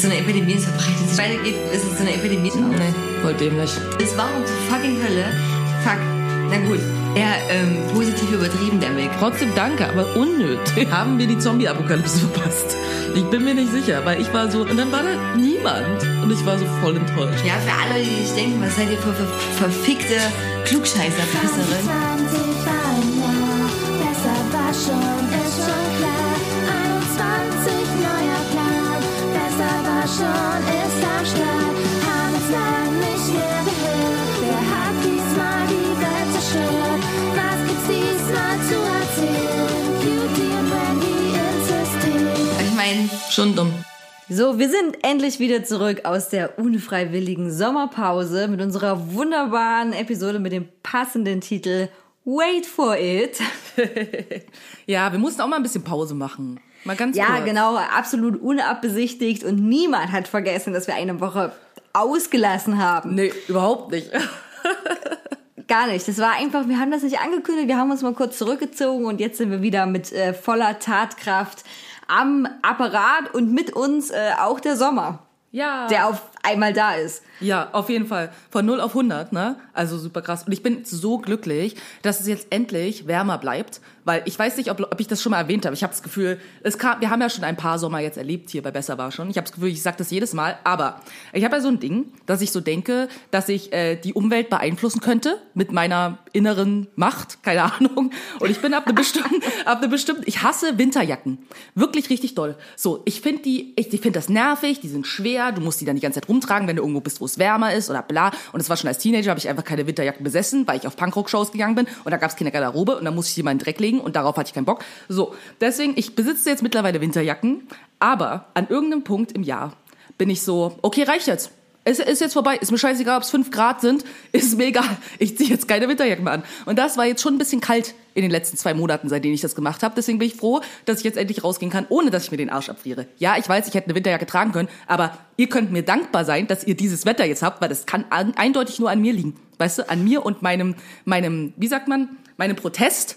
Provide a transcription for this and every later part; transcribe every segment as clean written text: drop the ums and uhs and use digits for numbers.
so eine Epidemie, es verbreitet sich weitergeht, ist es so eine Epidemie. Nee, voll dämlich. Es war um zur fucking Hölle. Fuck. Na gut, eher positiv übertrieben, der Weg. Trotzdem danke, aber unnötig. Haben wir die Zombie-Apokalypse verpasst? Ich bin mir nicht sicher, weil ich war so, und dann war da niemand. Und ich war so voll enttäuscht. Ja, für alle, die sich denken, was seid ihr für verfickte Klugscheißer-Pisserin? 20 war ein Jahr, besser war schon, ist schon klar. 21 neuer Plan, besser war schon, ist am Start. Haben uns lang nicht mehr gehört, wer hat diesmal die Welt zerstört? Was gibt's diesmal zu erzählen? Cutie und Randy ins System. Ich meine, Schon dumm. So, wir sind endlich wieder zurück aus der unfreiwilligen Sommerpause mit unserer wunderbaren Episode mit dem passenden Titel Wait for It. Ja, wir mussten auch mal ein bisschen Pause machen. Mal ganz kurz. Ja, genau, absolut unabsichtigt und niemand hat vergessen, dass wir eine Woche ausgelassen haben. Nee, überhaupt nicht. Gar nicht. Das war einfach, wir haben das nicht angekündigt, wir haben uns mal kurz zurückgezogen und jetzt sind wir wieder mit voller Tatkraft am Apparat und mit uns auch der Sommer, Ja. der auf einmal da ist. Ja, auf jeden Fall. Von 0 auf 100, ne? Also super krass. Und ich bin so glücklich, dass es jetzt endlich wärmer bleibt. Weil ich weiß nicht, ob ich das schon mal erwähnt habe. Ich habe das Gefühl, wir haben ja schon ein paar Sommer jetzt erlebt hier bei Besser war schon. Ich habe das Gefühl, ich sage das jedes Mal. Aber ich habe ja so ein Ding, dass ich so denke, dass ich die Umwelt beeinflussen könnte mit meiner inneren Macht. Keine Ahnung. Und ich bin ab einer bestimmten, ich hasse Winterjacken. Wirklich richtig doll. So, ich finde das nervig, die sind schwer, du musst die dann die ganze Zeit rumtragen, wenn du irgendwo bist, wo es wärmer ist oder bla. Und es war schon als Teenager, habe ich einfach keine Winterjacken besessen, weil ich auf Punkrock-Shows gegangen bin und da gab es keine Garderobe und da musste ich die mal in den Dreck legen und darauf hatte ich keinen Bock. So, deswegen, ich besitze jetzt mittlerweile Winterjacken, aber an irgendeinem Punkt im Jahr bin ich so, okay, reicht jetzt. Es ist jetzt vorbei, ist mir scheißegal, ob es 5 Grad sind, ist mir egal. Ich ziehe jetzt keine Winterjacken mehr an. Und das war jetzt schon ein bisschen kalt in den letzten 2 Monaten, seitdem ich das gemacht habe. Deswegen bin ich froh, dass ich jetzt endlich rausgehen kann, ohne dass ich mir den Arsch abfriere. Ja, ich weiß, ich hätte eine Winterjacke tragen können, aber ihr könnt mir dankbar sein, dass ihr dieses Wetter jetzt habt, weil das kann eindeutig nur an mir liegen. Weißt du, an mir und meinem, wie sagt man, meinem Protest,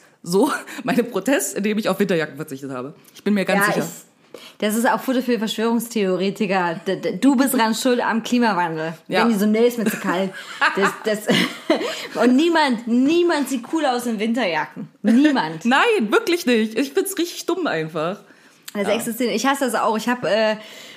indem ich auf Winterjacken verzichtet habe. Ich bin mir ganz sicher. Das ist auch Futter für Verschwörungstheoretiker. Du bist dran schuld am Klimawandel. Ja. Wenn die so, nee, ist mir zu kalt. Und niemand sieht cool aus in Winterjacken. Niemand. Nein, wirklich nicht. Ich find's richtig dumm einfach. Das existiert. Ich hasse das auch. Ich habe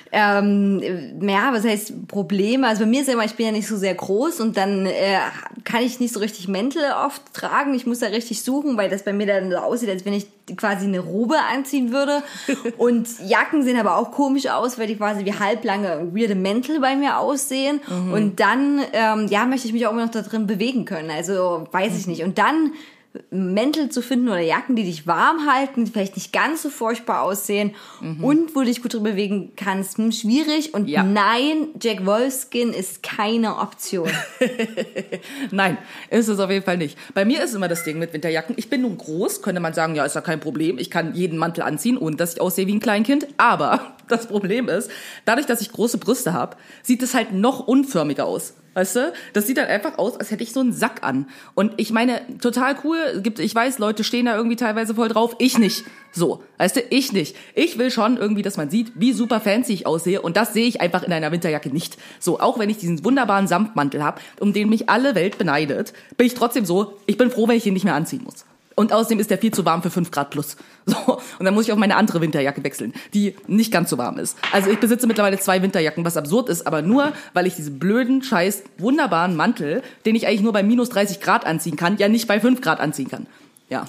was heißt Probleme? Also bei mir ist ja immer, ich bin ja nicht so sehr groß und dann kann ich nicht so richtig Mäntel oft tragen. Ich muss da richtig suchen, weil das bei mir dann so aussieht, als wenn ich quasi eine Robe anziehen würde. Und Jacken sehen aber auch komisch aus, weil die quasi wie halblange weirde Mäntel bei mir aussehen. Mhm. Und dann möchte ich mich auch immer noch da drin bewegen können. Also weiß ich nicht. Und dann Mäntel zu finden oder Jacken, die dich warm halten, die vielleicht nicht ganz so furchtbar aussehen und wo du dich gut drin bewegen kannst, schwierig. Und nein, Jack Wolfskin ist keine Option. Nein, ist es auf jeden Fall nicht. Bei mir ist immer das Ding mit Winterjacken. Ich bin nun groß, könnte man sagen, ja, ist ja kein Problem. Ich kann jeden Mantel anziehen, ohne dass ich aussehe wie ein Kleinkind. Aber das Problem ist, dadurch, dass ich große Brüste habe, sieht es halt noch unförmiger aus. Weißt du? Das sieht dann einfach aus, als hätte ich so einen Sack an. Und ich meine, total cool. Ich weiß, Leute stehen da irgendwie teilweise voll drauf. Ich nicht. So. Weißt du? Ich nicht. Ich will schon irgendwie, dass man sieht, wie super fancy ich aussehe. Und das sehe ich einfach in einer Winterjacke nicht. So. Auch wenn ich diesen wunderbaren Samtmantel habe, um den mich alle Welt beneidet, bin ich trotzdem so, ich bin froh, wenn ich ihn nicht mehr anziehen muss. Und außerdem ist der viel zu warm für 5 Grad plus. So. Und dann muss ich auf meine andere Winterjacke wechseln, die nicht ganz so warm ist. Also ich besitze mittlerweile 2 Winterjacken, was absurd ist, aber nur, weil ich diesen blöden, scheiß, wunderbaren Mantel, den ich eigentlich nur bei minus 30 Grad anziehen kann, ja nicht bei 5 Grad anziehen kann. Ja.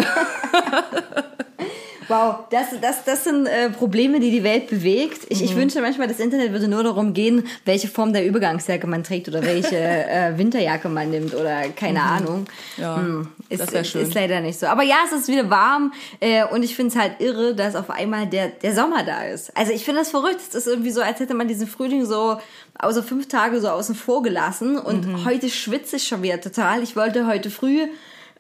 Wow, das sind Probleme, die die Welt bewegt. Ich wünsche manchmal, das Internet würde nur darum gehen, welche Form der Übergangsjacke man trägt oder welche Winterjacke man nimmt oder keine Ahnung. Ja, das wäre schön. Ist leider nicht so. Aber ja, es ist wieder warm und ich finde es halt irre, dass auf einmal der Sommer da ist. Also ich finde das verrückt. Es ist irgendwie so, als hätte man diesen Frühling so außer 5 Tage so außen vor gelassen und heute schwitze ich schon wieder total. Ich wollte heute früh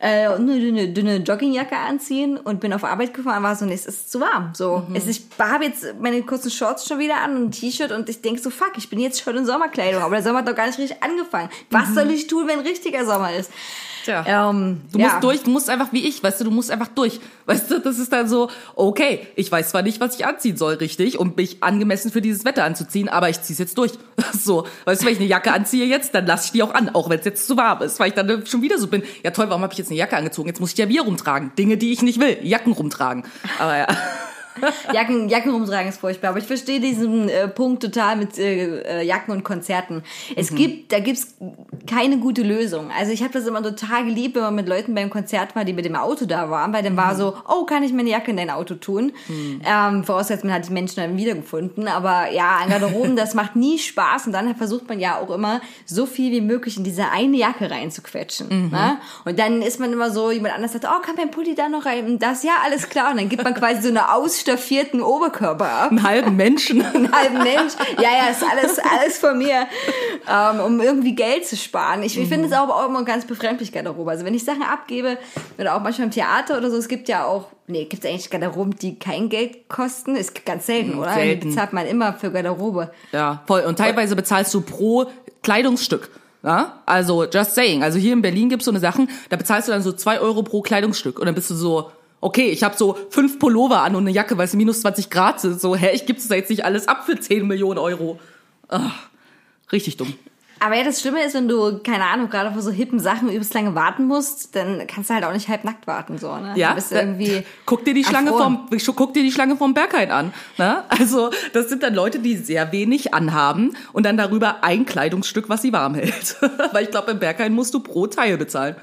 und eine dünne Joggingjacke anziehen und bin auf Arbeit gefahren, war so, nee, es ist zu warm. So, ich habe jetzt meine kurzen Shorts schon wieder an und ein T-Shirt und ich denke so, fuck, ich bin jetzt schon in Sommerkleidung, aber der Sommer hat doch gar nicht richtig angefangen. Was soll ich tun, wenn richtiger Sommer ist? Tja. Du musst durch, du musst einfach wie ich, weißt du musst einfach durch. Weißt du, das ist dann so, okay, ich weiß zwar nicht, was ich anziehen soll, richtig, um mich angemessen für dieses Wetter anzuziehen, aber ich zieh's jetzt durch. So, weißt du, wenn ich eine Jacke anziehe jetzt, dann lasse ich die auch an, auch wenn es jetzt zu warm ist, weil ich dann schon wieder so bin, ja toll, warum habe ich jetzt eine Jacke angezogen? Jetzt muss ich ja Bier rumtragen. Dinge, die ich nicht will, Jacken rumtragen. Aber ja. Jacken rumtragen ist furchtbar, aber ich verstehe diesen Punkt total mit Jacken und Konzerten. Da gibt's keine gute Lösung. Also ich habe das immer total geliebt, wenn man mit Leuten beim Konzert war, die mit dem Auto da waren, weil dann war so, oh, kann ich meine Jacke in dein Auto tun? Vorausgesetzt, man hat die Menschen dann wiedergefunden, aber ja, an Garderoben, das macht nie Spaß und dann versucht man ja auch immer, so viel wie möglich in diese eine Jacke reinzuquetschen. Ne? Und dann ist man immer so, jemand anders sagt, oh, kann mein Pulli da noch rein? Und das, ja, alles klar. Und dann gibt man quasi so eine ausstaffierten Oberkörper ab. Einen halben Menschen. Einen halben Mensch. Ja, ist alles von mir, um irgendwie Geld zu sparen. Ich finde es auch immer ganz befremdlich, Garderobe. Also wenn ich Sachen abgebe, oder auch manchmal im Theater oder so, es gibt ja auch, gibt es eigentlich Garderoben, die kein Geld kosten? Es gibt ganz selten, oder? Selten. Bezahlt man immer für Garderobe. Ja, voll. Und teilweise bezahlst du pro Kleidungsstück. Ja? Also, just saying. Also hier in Berlin gibt's so eine Sachen, da bezahlst du dann so 2 Euro pro Kleidungsstück. Und dann bist du so, okay, ich habe so 5 Pullover an und eine Jacke, weil es minus 20 Grad sind. So, ich gebe das jetzt nicht alles ab für 10 Millionen Euro. Ach, richtig dumm. Aber ja, das Schlimme ist, wenn du, keine Ahnung, gerade vor so hippen Sachen übelst lange warten musst, dann kannst du halt auch nicht halbnackt warten, so, ne? Ja, du bist irgendwie guck dir die Schlange vom Berghain an, ne? Also, das sind dann Leute, die sehr wenig anhaben und dann darüber ein Kleidungsstück, was sie warm hält. Weil ich glaube, im Berghain musst du pro Teil bezahlen.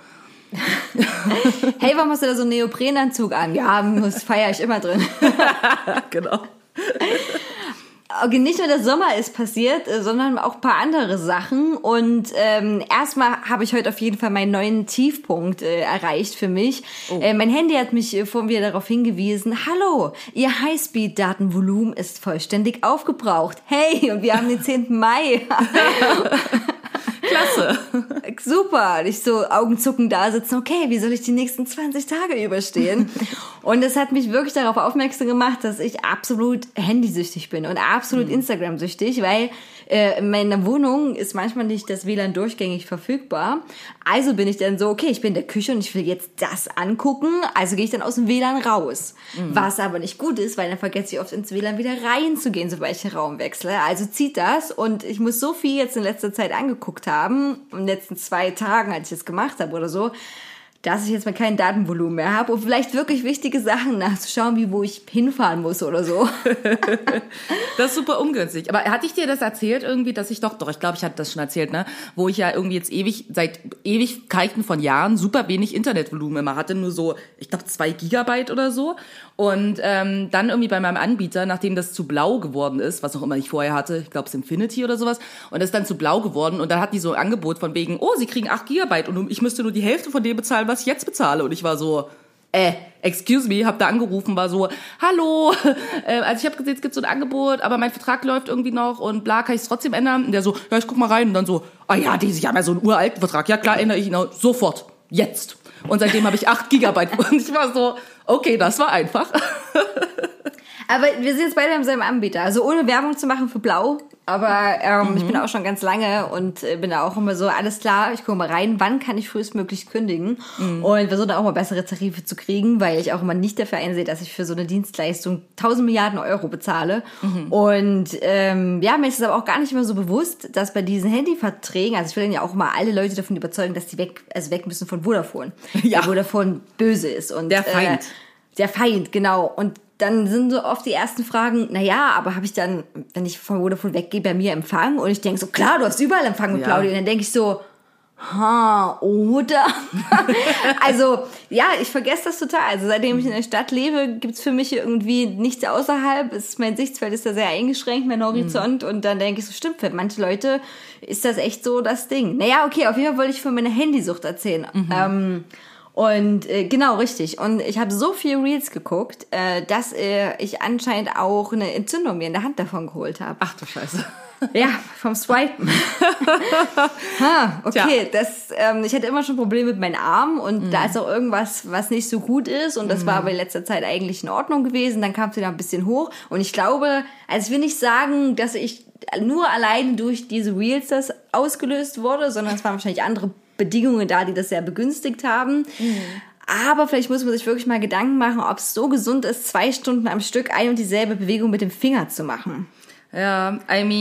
Hey, warum hast du da so einen Neoprenanzug an? Ja, feiere ich immer drin. Genau. Okay, nicht nur der Sommer ist passiert, sondern auch ein paar andere Sachen. Und erstmal habe ich heute auf jeden Fall meinen neuen Tiefpunkt erreicht für mich. Oh. Mein Handy hat mich vorhin wieder darauf hingewiesen, hallo, Ihr Highspeed-Datenvolumen ist vollständig aufgebraucht. Hey, und wir haben den 10. Mai. Klasse. Super. Und ich so Augenzucken da sitzen, okay, wie soll ich die nächsten 20 Tage überstehen? Und das hat mich wirklich darauf aufmerksam gemacht, dass ich absolut handysüchtig bin und absolut Instagram-süchtig, weil in meiner Wohnung ist manchmal nicht das WLAN durchgängig verfügbar. Also bin ich dann so, okay, ich bin in der Küche und ich will jetzt das angucken, also gehe ich dann aus dem WLAN raus. Was aber nicht gut ist, weil dann vergesse ich oft ins WLAN wieder reinzugehen, sobald ich den Raum wechsle. Also zieht das und ich muss so viel jetzt in letzter Zeit angeguckt haben, in den letzten 2 Tagen, als ich das gemacht habe oder so, dass ich jetzt mal kein Datenvolumen mehr habe und vielleicht wirklich wichtige Sachen nachzuschauen, wie wo ich hinfahren muss oder so. Das ist super ungünstig. Aber hatte ich dir das erzählt irgendwie, dass ich doch, ich glaube, ich hatte das schon erzählt, ne, wo ich ja irgendwie jetzt seit Ewigkeiten von Jahren super wenig Internetvolumen immer hatte, nur so, ich glaube 2 Gigabyte oder so. Und dann irgendwie bei meinem Anbieter, nachdem das zu blau geworden ist, was auch immer ich vorher hatte, ich glaube es Infinity oder sowas, und das ist dann zu blau geworden und dann hat die so ein Angebot von wegen, oh, sie kriegen 8 Gigabyte und ich müsste nur die Hälfte von dem bezahlen, was ich jetzt bezahle. Und ich war so, excuse me, hab da angerufen, war so, hallo, also ich habe gesehen, es gibt so ein Angebot, aber mein Vertrag läuft irgendwie noch und bla, kann ich es trotzdem ändern? Und der so, ja, ich guck mal rein. Und dann so, ja, sie haben ja so einen uralten Vertrag. Ja, klar, ändere ich ihn sofort, jetzt. Und seitdem habe ich 8 Gigabyte. Und ich war so, okay, das war einfach. Aber wir sind jetzt beide im selben Anbieter. Also ohne Werbung zu machen für Blau. Aber ich bin auch schon ganz lange und bin da auch immer so, alles klar, ich gucke mal rein, wann kann ich frühestmöglich kündigen? Und versuche da auch mal bessere Tarife zu kriegen, weil ich auch immer nicht dafür einsehe, dass ich für so eine Dienstleistung 1000 Milliarden Euro bezahle. Und mir ist es aber auch gar nicht immer so bewusst, dass bei diesen Handyverträgen, also ich will dann ja auch mal alle Leute davon überzeugen, dass die weg müssen von Vodafone. Ja. Weil Vodafone böse ist. Und der Feind. Der Feind, genau. Und dann sind so oft die ersten Fragen, naja, aber habe ich dann, wenn ich von Vodafone weggehe, bei mir Empfang? Und ich denke so, klar, du hast überall Empfang mit Claudia. Und dann denke ich so, oder? Also, ja, ich vergesse das total. Also, seitdem ich in der Stadt lebe, gibt's für mich irgendwie nichts außerhalb. Mein Sichtfeld ist da sehr eingeschränkt, mein Horizont. Und dann denke ich so, stimmt, für manche Leute ist das echt so das Ding. Naja, okay, auf jeden Fall wollte ich von meiner Handysucht erzählen. Und genau, richtig. Und ich habe so viel Reels geguckt, dass ich anscheinend auch eine Entzündung mir in der Hand davon geholt habe. Ach du Scheiße. Ja, vom Swipen. Okay, ich hatte immer schon Probleme mit meinen Armen und da ist auch irgendwas, was nicht so gut ist und das war aber in letzter Zeit eigentlich in Ordnung gewesen. Dann kam es wieder ein bisschen hoch und ich glaube, also ich will nicht sagen, dass ich nur allein durch diese Reels das ausgelöst wurde, sondern es waren wahrscheinlich andere Bedingungen da, die das sehr begünstigt haben. Aber vielleicht muss man sich wirklich mal Gedanken machen, ob es so gesund ist, 2 Stunden am Stück ein und dieselbe Bewegung mit dem Finger zu machen. Ja,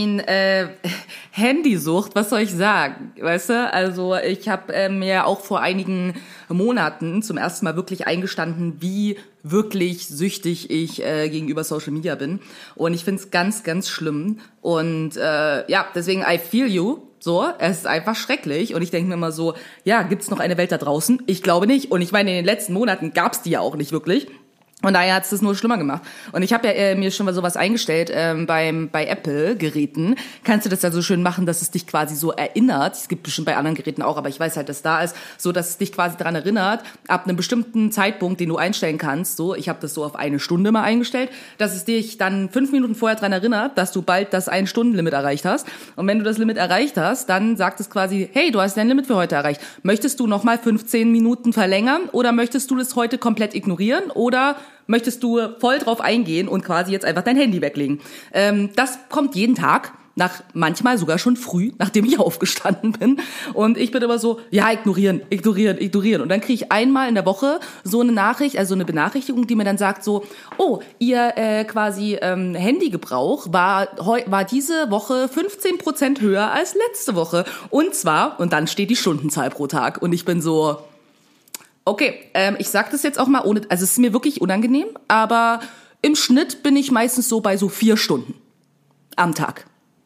Handysucht, was soll ich sagen, weißt du? Also ich habe mir auch vor einigen Monaten zum ersten Mal wirklich eingestanden, wie wirklich süchtig ich gegenüber Social Media bin. Und ich find's ganz, ganz schlimm. Und deswegen I feel you. So, es ist einfach schrecklich. Und ich denke mir immer so, ja, gibt's noch eine Welt da draußen? Ich glaube nicht. Und ich meine, in den letzten Monaten gab's die ja auch nicht wirklich. Und daher hat's das nur schlimmer gemacht. Und ich habe ja mir schon mal sowas eingestellt bei Apple-Geräten. Kannst du das ja so schön machen, dass es dich quasi so erinnert. Es gibt bestimmt bei anderen Geräten auch, aber ich weiß halt, dass da ist, so dass es dich quasi daran erinnert, ab einem bestimmten Zeitpunkt, den du einstellen kannst. So, ich habe das so auf 1 Stunde mal eingestellt, dass es dich dann 5 Minuten vorher daran erinnert, dass du bald das 1-Stunden-Limit erreicht hast. Und wenn du das Limit erreicht hast, dann sagt es quasi, hey, du hast dein Limit für heute erreicht. Möchtest du nochmal 15 Minuten verlängern oder möchtest du das heute komplett ignorieren oder möchtest du voll drauf eingehen und quasi jetzt einfach dein Handy weglegen? Das kommt jeden Tag, manchmal sogar schon früh, nachdem ich aufgestanden bin. Und ich bin immer so, ja, ignorieren. Und dann kriege ich einmal in der Woche so eine Nachricht, also eine Benachrichtigung, die mir dann sagt so, oh, ihr Handygebrauch war diese Woche 15% höher als letzte Woche. Und dann steht die Stundenzahl pro Tag. Und ich bin so, okay, ich sag das jetzt auch mal ohne, also es ist mir wirklich unangenehm, aber im Schnitt bin ich meistens so bei so 4 Stunden am Tag.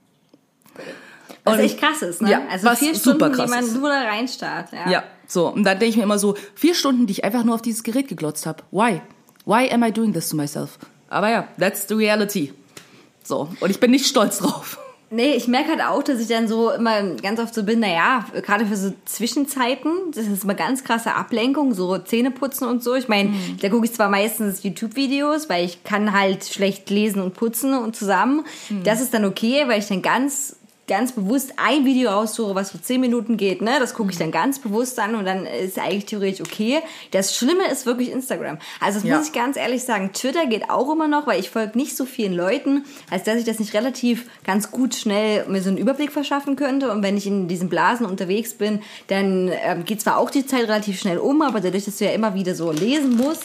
Was echt krass ist, ne? Ja, also 4 Stunden, die man nur da reinstarrt. Ja, so. Und dann denke ich mir immer so, 4 Stunden, die ich einfach nur auf dieses Gerät geglotzt habe. Why? Why am I doing this to myself? Aber ja, that's the reality. So. Und ich bin nicht stolz drauf. Nee, ich merke halt auch, dass ich dann so immer ganz oft so bin, naja, gerade für so Zwischenzeiten, das ist immer ganz krasse Ablenkung, so Zähneputzen und so. Ich meine, da gucke ich zwar meistens YouTube-Videos, weil ich kann halt schlecht lesen und putzen und zusammen. Das ist dann okay, weil ich dann ganz bewusst ein Video raussuche, was so 10 Minuten geht, ne? Das gucke ich dann ganz bewusst an und dann ist eigentlich theoretisch okay. Das Schlimme ist wirklich Instagram. Also das muss ich ganz ehrlich sagen. Twitter geht auch immer noch, weil ich folge nicht so vielen Leuten, als dass ich das nicht relativ ganz gut schnell mir so einen Überblick verschaffen könnte. Und wenn ich in diesen Blasen unterwegs bin, dann geht zwar auch die Zeit relativ schnell um, aber dadurch, dass du ja immer wieder so lesen musst,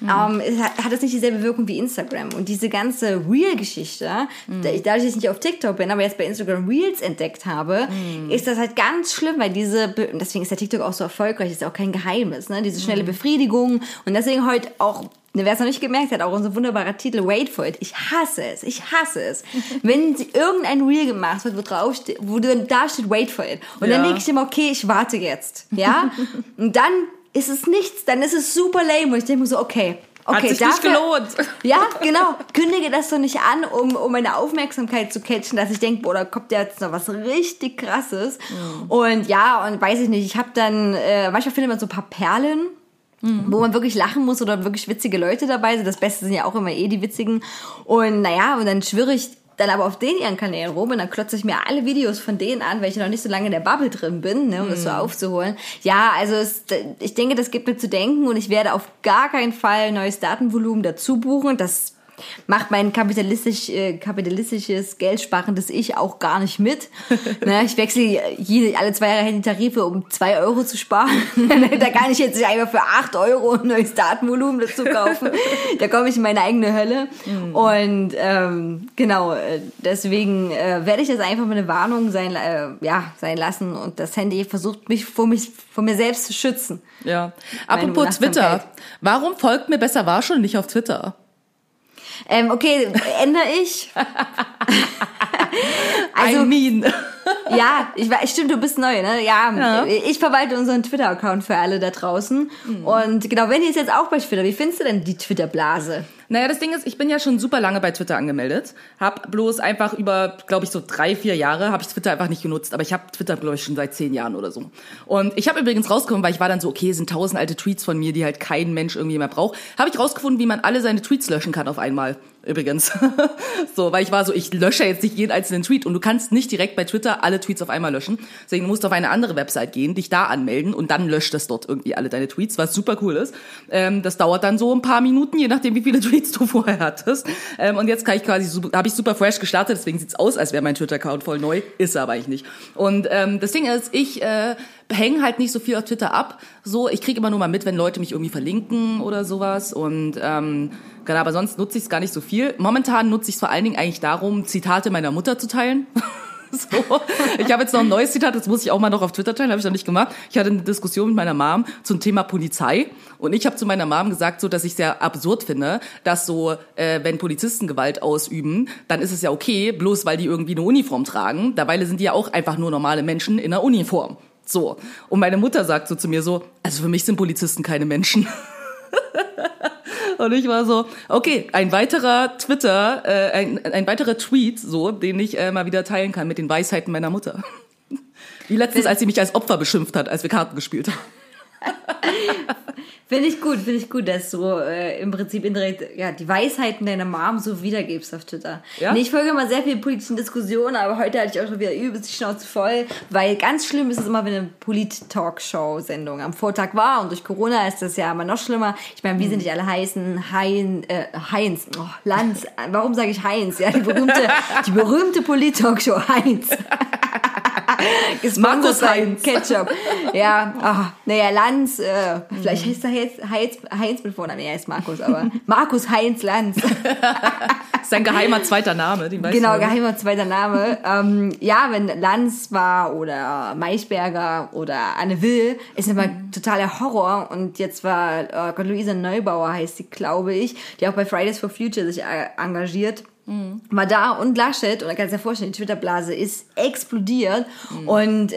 hat es nicht dieselbe Wirkung wie Instagram. Und diese ganze Reel-Geschichte, dadurch, dass ich nicht auf TikTok bin, aber jetzt bei Instagram Reels entdeckt habe, ist das halt ganz schlimm, weil deswegen ist der TikTok auch so erfolgreich, ist ja auch kein Geheimnis, ne? Diese schnelle Befriedigung und deswegen heute auch, wer es noch nicht gemerkt hat, auch unser wunderbarer Titel Wait for it. Ich hasse es. Wenn irgendein Reel gemacht wird, wo da steht Wait for it und dann denke ich immer, okay, ich warte jetzt, ja? Und dann ist es nichts, dann ist es super lame und ich denke mir so, okay, hat sich nicht gelohnt. Ja, genau. Kündige das doch nicht an, um meine Aufmerksamkeit zu catchen, dass ich denke, boah, da kommt ja jetzt noch was richtig Krasses. Und weiß ich nicht, ich habe dann, manchmal findet man so ein paar Perlen, wo man wirklich lachen muss oder wirklich witzige Leute dabei sind. Das Beste sind ja auch immer die witzigen. Und und dann schwöre ich dann aber auf ihren Kanälen rum und dann klotze ich mir alle Videos von denen an, weil ich noch nicht so lange in der Bubble drin bin, ne, um das so aufzuholen. Ja, also ich denke, das gibt mir zu denken und ich werde auf gar keinen Fall neues Datenvolumen dazu buchen. Das macht mein kapitalistisches, geldsparendes Ich auch gar nicht mit. Ne, ich wechsle alle 2 Jahre Handytarife, um 2 Euro zu sparen. Da kann ich jetzt einfach für 8 Euro ein neues Datenvolumen dazu kaufen. Da komme ich in meine eigene Hölle. Und deswegen werde ich das einfach mal eine Warnung sein lassen. Und das Handy versucht mich vor mir selbst zu schützen. Ja. Apropos Twitter. Warum folgt mir Besser war schon nicht auf Twitter? Okay, ändere ich. Also, ja, stimmt, du bist neu, ne? Ja, ich verwalte unseren Twitter-Account für alle da draußen. Und genau, wenn ihr jetzt auch bei Twitter, wie findest du denn die Twitter-Blase? Naja, das Ding ist, ich bin ja schon super lange bei Twitter angemeldet. Hab bloß einfach über, glaube ich, so 3-4 Jahre habe ich Twitter einfach nicht genutzt. Aber ich habe Twitter, glaube ich, schon seit 10 Jahren oder so. Und ich habe übrigens rausgefunden, weil ich war dann so, okay, es sind 1000 alte Tweets von mir, die halt kein Mensch irgendwie mehr braucht. Habe ich rausgefunden, wie man alle seine Tweets löschen kann auf einmal. Übrigens. So, weil ich war so, ich lösche jetzt nicht jeden einzelnen Tweet und du kannst nicht direkt bei Twitter alle Tweets auf einmal löschen. Deswegen musst du auf eine andere Website gehen, dich da anmelden und dann löscht das dort irgendwie alle deine Tweets, was super cool ist. Das dauert dann so ein paar Minuten, je nachdem, wie viele Tweets du vorher hattest. Und jetzt kann ich quasi, habe ich super fresh gestartet, deswegen sieht's aus, als wäre mein Twitter-Account voll neu, ist er aber eigentlich nicht. Und das Ding ist, ich hänge halt nicht so viel auf Twitter ab. So, ich kriege immer nur mal mit, wenn Leute mich irgendwie verlinken oder sowas und genau, aber sonst nutze ich es gar nicht so viel. Momentan nutze ich es vor allen Dingen eigentlich darum, Zitate meiner Mutter zu teilen. So. Ich habe jetzt noch ein neues Zitat, das muss ich auch mal noch auf Twitter teilen, habe ich noch nicht gemacht. Ich hatte eine Diskussion mit meiner Mom zum Thema Polizei und ich habe zu meiner Mom gesagt, so, dass ich sehr absurd finde, dass so, wenn Polizisten Gewalt ausüben, dann ist es ja okay, bloß weil die irgendwie eine Uniform tragen. Dabei sind die ja auch einfach nur normale Menschen in einer Uniform. So. Und meine Mutter sagt so zu mir so, also für mich sind Polizisten keine Menschen. Und ich war so, okay, ein weiterer ein weiterer Tweet, so, den ich mal wieder teilen kann mit den Weisheiten meiner Mutter. Wie letztens, als sie mich als Opfer beschimpft hat, als wir Karten gespielt haben. Finde ich gut, dass du im Prinzip indirekt die Weisheiten deiner Mom so wiedergibst auf Twitter. Ja? Nee, ich folge immer sehr vielen politischen Diskussionen, aber heute hatte ich auch schon wieder übelst die Schnauze voll, weil ganz schlimm ist es immer, wenn eine Polit-Talkshow-Sendung am Vortag war und durch Corona ist das ja immer noch schlimmer. Ich meine, wie sie nicht alle heißen, Heinz, Lanz, warum sage ich Heinz? Ja, die berühmte Polit-Talkshow Heinz. Markus Heinz. Ketchup. Ja, Lanz, vielleicht heißt er Heinz mit Vornamen. Er heißt Markus, aber Markus Heinz Lanz. Sein geheimer zweiter Name. Genau, geheimer zweiter Name. Wenn Lanz war oder Maischberger oder Anne Will, ist immer totaler Horror. Und jetzt war Luisa Neubauer, heißt sie, glaube ich, die auch bei Fridays for Future sich engagiert. War da und Laschet, und da kannst du dir vorstellen, die Twitter-Blase ist explodiert und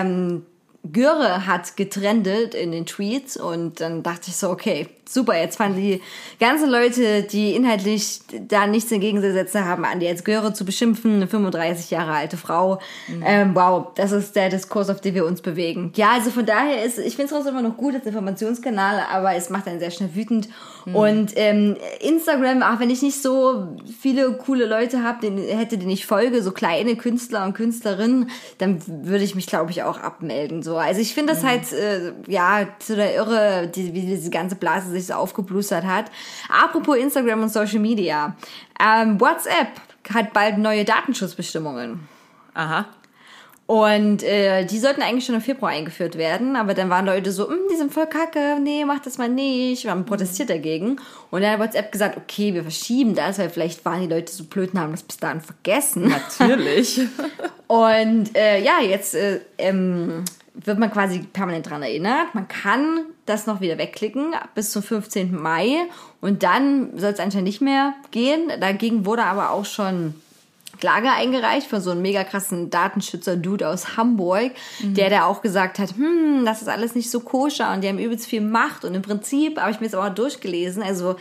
Göre hat getrendet in den Tweets und dann dachte ich so, okay, super, jetzt fanden die ganzen Leute, die inhaltlich da nichts entgegenzusetzen haben, an die jetzt Göre zu beschimpfen, eine 35 Jahre alte Frau. Wow, das ist der Diskurs, auf den wir uns bewegen. Ja, also von daher ich finde es trotzdem immer noch gut als Informationskanal, aber es macht einen sehr schnell wütend. Und Instagram, auch wenn ich nicht so viele coole Leute habe, denen ich folge, so kleine Künstler und Künstlerinnen, dann würde ich mich, glaube ich, auch abmelden. So. Also ich finde das halt, zu der Irre, wie diese ganze Blase sich so aufgeblustert hat. Apropos Instagram und Social Media. WhatsApp hat bald neue Datenschutzbestimmungen. Aha. Und die sollten eigentlich schon im Februar eingeführt werden, aber dann waren Leute so, die sind voll kacke, nee, mach das mal nicht. Wir haben protestiert dagegen. Und dann hat WhatsApp gesagt, okay, wir verschieben das, weil vielleicht waren die Leute so blöd und haben das bis dahin vergessen. Natürlich. Und jetzt wird man quasi permanent dran erinnert. Man kann das noch wieder wegklicken bis zum 15. Mai und dann soll es anscheinend nicht mehr gehen. Dagegen wurde aber auch schon Klage eingereicht von so einem mega krassen Datenschützer-Dude aus Hamburg, der da auch gesagt hat, das ist alles nicht so koscher und die haben übelst viel Macht und im Prinzip habe ich mir jetzt auch mal durchgelesen, also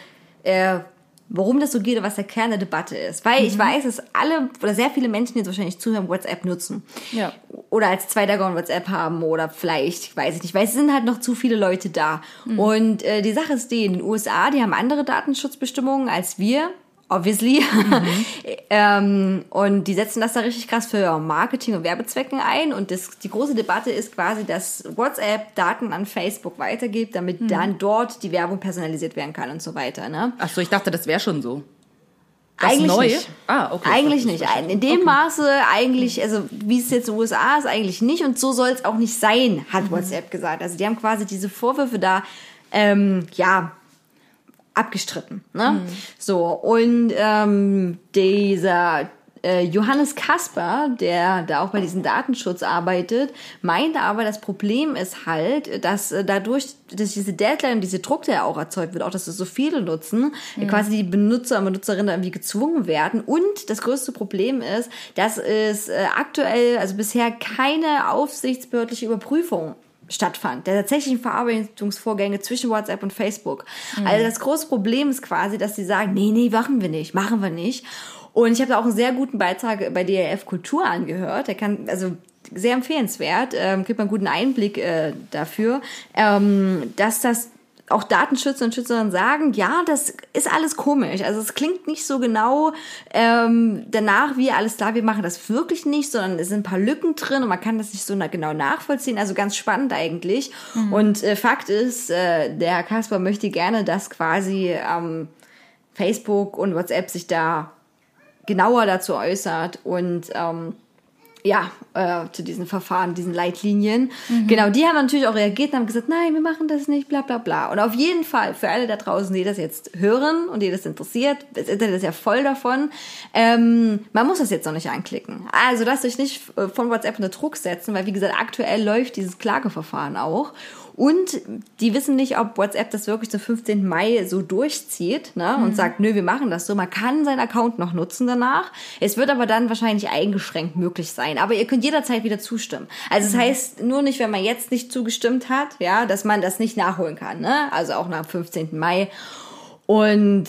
worum das so geht und was der Kern der Debatte ist. Weil ich weiß, dass alle oder sehr viele Menschen, die jetzt wahrscheinlich zuhören, WhatsApp nutzen. Ja. Oder als zweiter Account WhatsApp haben oder vielleicht, weiß ich nicht, weil es sind halt noch zu viele Leute da. Und die Sache ist die, in den USA, die haben andere Datenschutzbestimmungen als wir. Obviously. Und die setzen das da richtig krass für Marketing- und Werbezwecken ein. Und die große Debatte ist quasi, dass WhatsApp Daten an Facebook weitergibt, damit dann dort die Werbung personalisiert werden kann und so weiter. Ne? Ach so, ich dachte, das wäre schon so. Das eigentlich Neue? Nicht. Okay. Eigentlich nicht. In dem Maße eigentlich, also wie es jetzt in den USA ist, eigentlich nicht. Und so soll es auch nicht sein, hat WhatsApp gesagt. Also die haben quasi diese Vorwürfe da, abgestritten. Ne? So, und dieser Johannes Kasper, der da auch bei diesem Datenschutz arbeitet, meinte aber, das Problem ist halt, dass dadurch, dass diese Deadline und diese Druck, der auch erzeugt wird, auch dass es so viele nutzen, quasi die Benutzer und Benutzerinnen irgendwie gezwungen werden. Und das größte Problem ist, dass es aktuell, also bisher keine aufsichtsbehördliche Überprüfung stattfand, der tatsächlichen Verarbeitungsvorgänge zwischen WhatsApp und Facebook. Also das große Problem ist quasi, dass sie sagen, nee, machen wir nicht. Und ich habe da auch einen sehr guten Beitrag bei DLF Kultur angehört. Der kann, also sehr empfehlenswert, gibt man einen guten Einblick dafür, dass das auch Datenschützer und Schützerinnen sagen, ja, das ist alles komisch. Also es klingt nicht so genau danach, wie alles klar, wir machen das wirklich nicht, sondern es sind ein paar Lücken drin und man kann das nicht so genau nachvollziehen. Also ganz spannend eigentlich. Und Fakt ist, der Herr Kasper möchte gerne, dass quasi Facebook und WhatsApp sich da genauer dazu äußert und zu diesen Verfahren, diesen Leitlinien. Genau, die haben natürlich auch reagiert und haben gesagt, nein, wir machen das nicht, bla bla bla. Und auf jeden Fall, für alle da draußen, die das jetzt hören und die das interessiert, das Internet ist ja voll davon, man muss das jetzt noch nicht anklicken. Also lasst euch nicht von WhatsApp unter Druck setzen, weil wie gesagt, aktuell läuft dieses Klageverfahren auch. Und die wissen nicht, ob WhatsApp das wirklich zum 15. Mai so durchzieht, ne, und sagt, nö, wir machen das so. Man kann seinen Account noch nutzen danach. Es wird aber dann wahrscheinlich eingeschränkt möglich sein. Aber ihr könnt jederzeit wieder zustimmen. Also es heißt nur nicht, wenn man jetzt nicht zugestimmt hat, ja, dass man das nicht nachholen kann, ne? Also auch nach dem 15. Mai. Und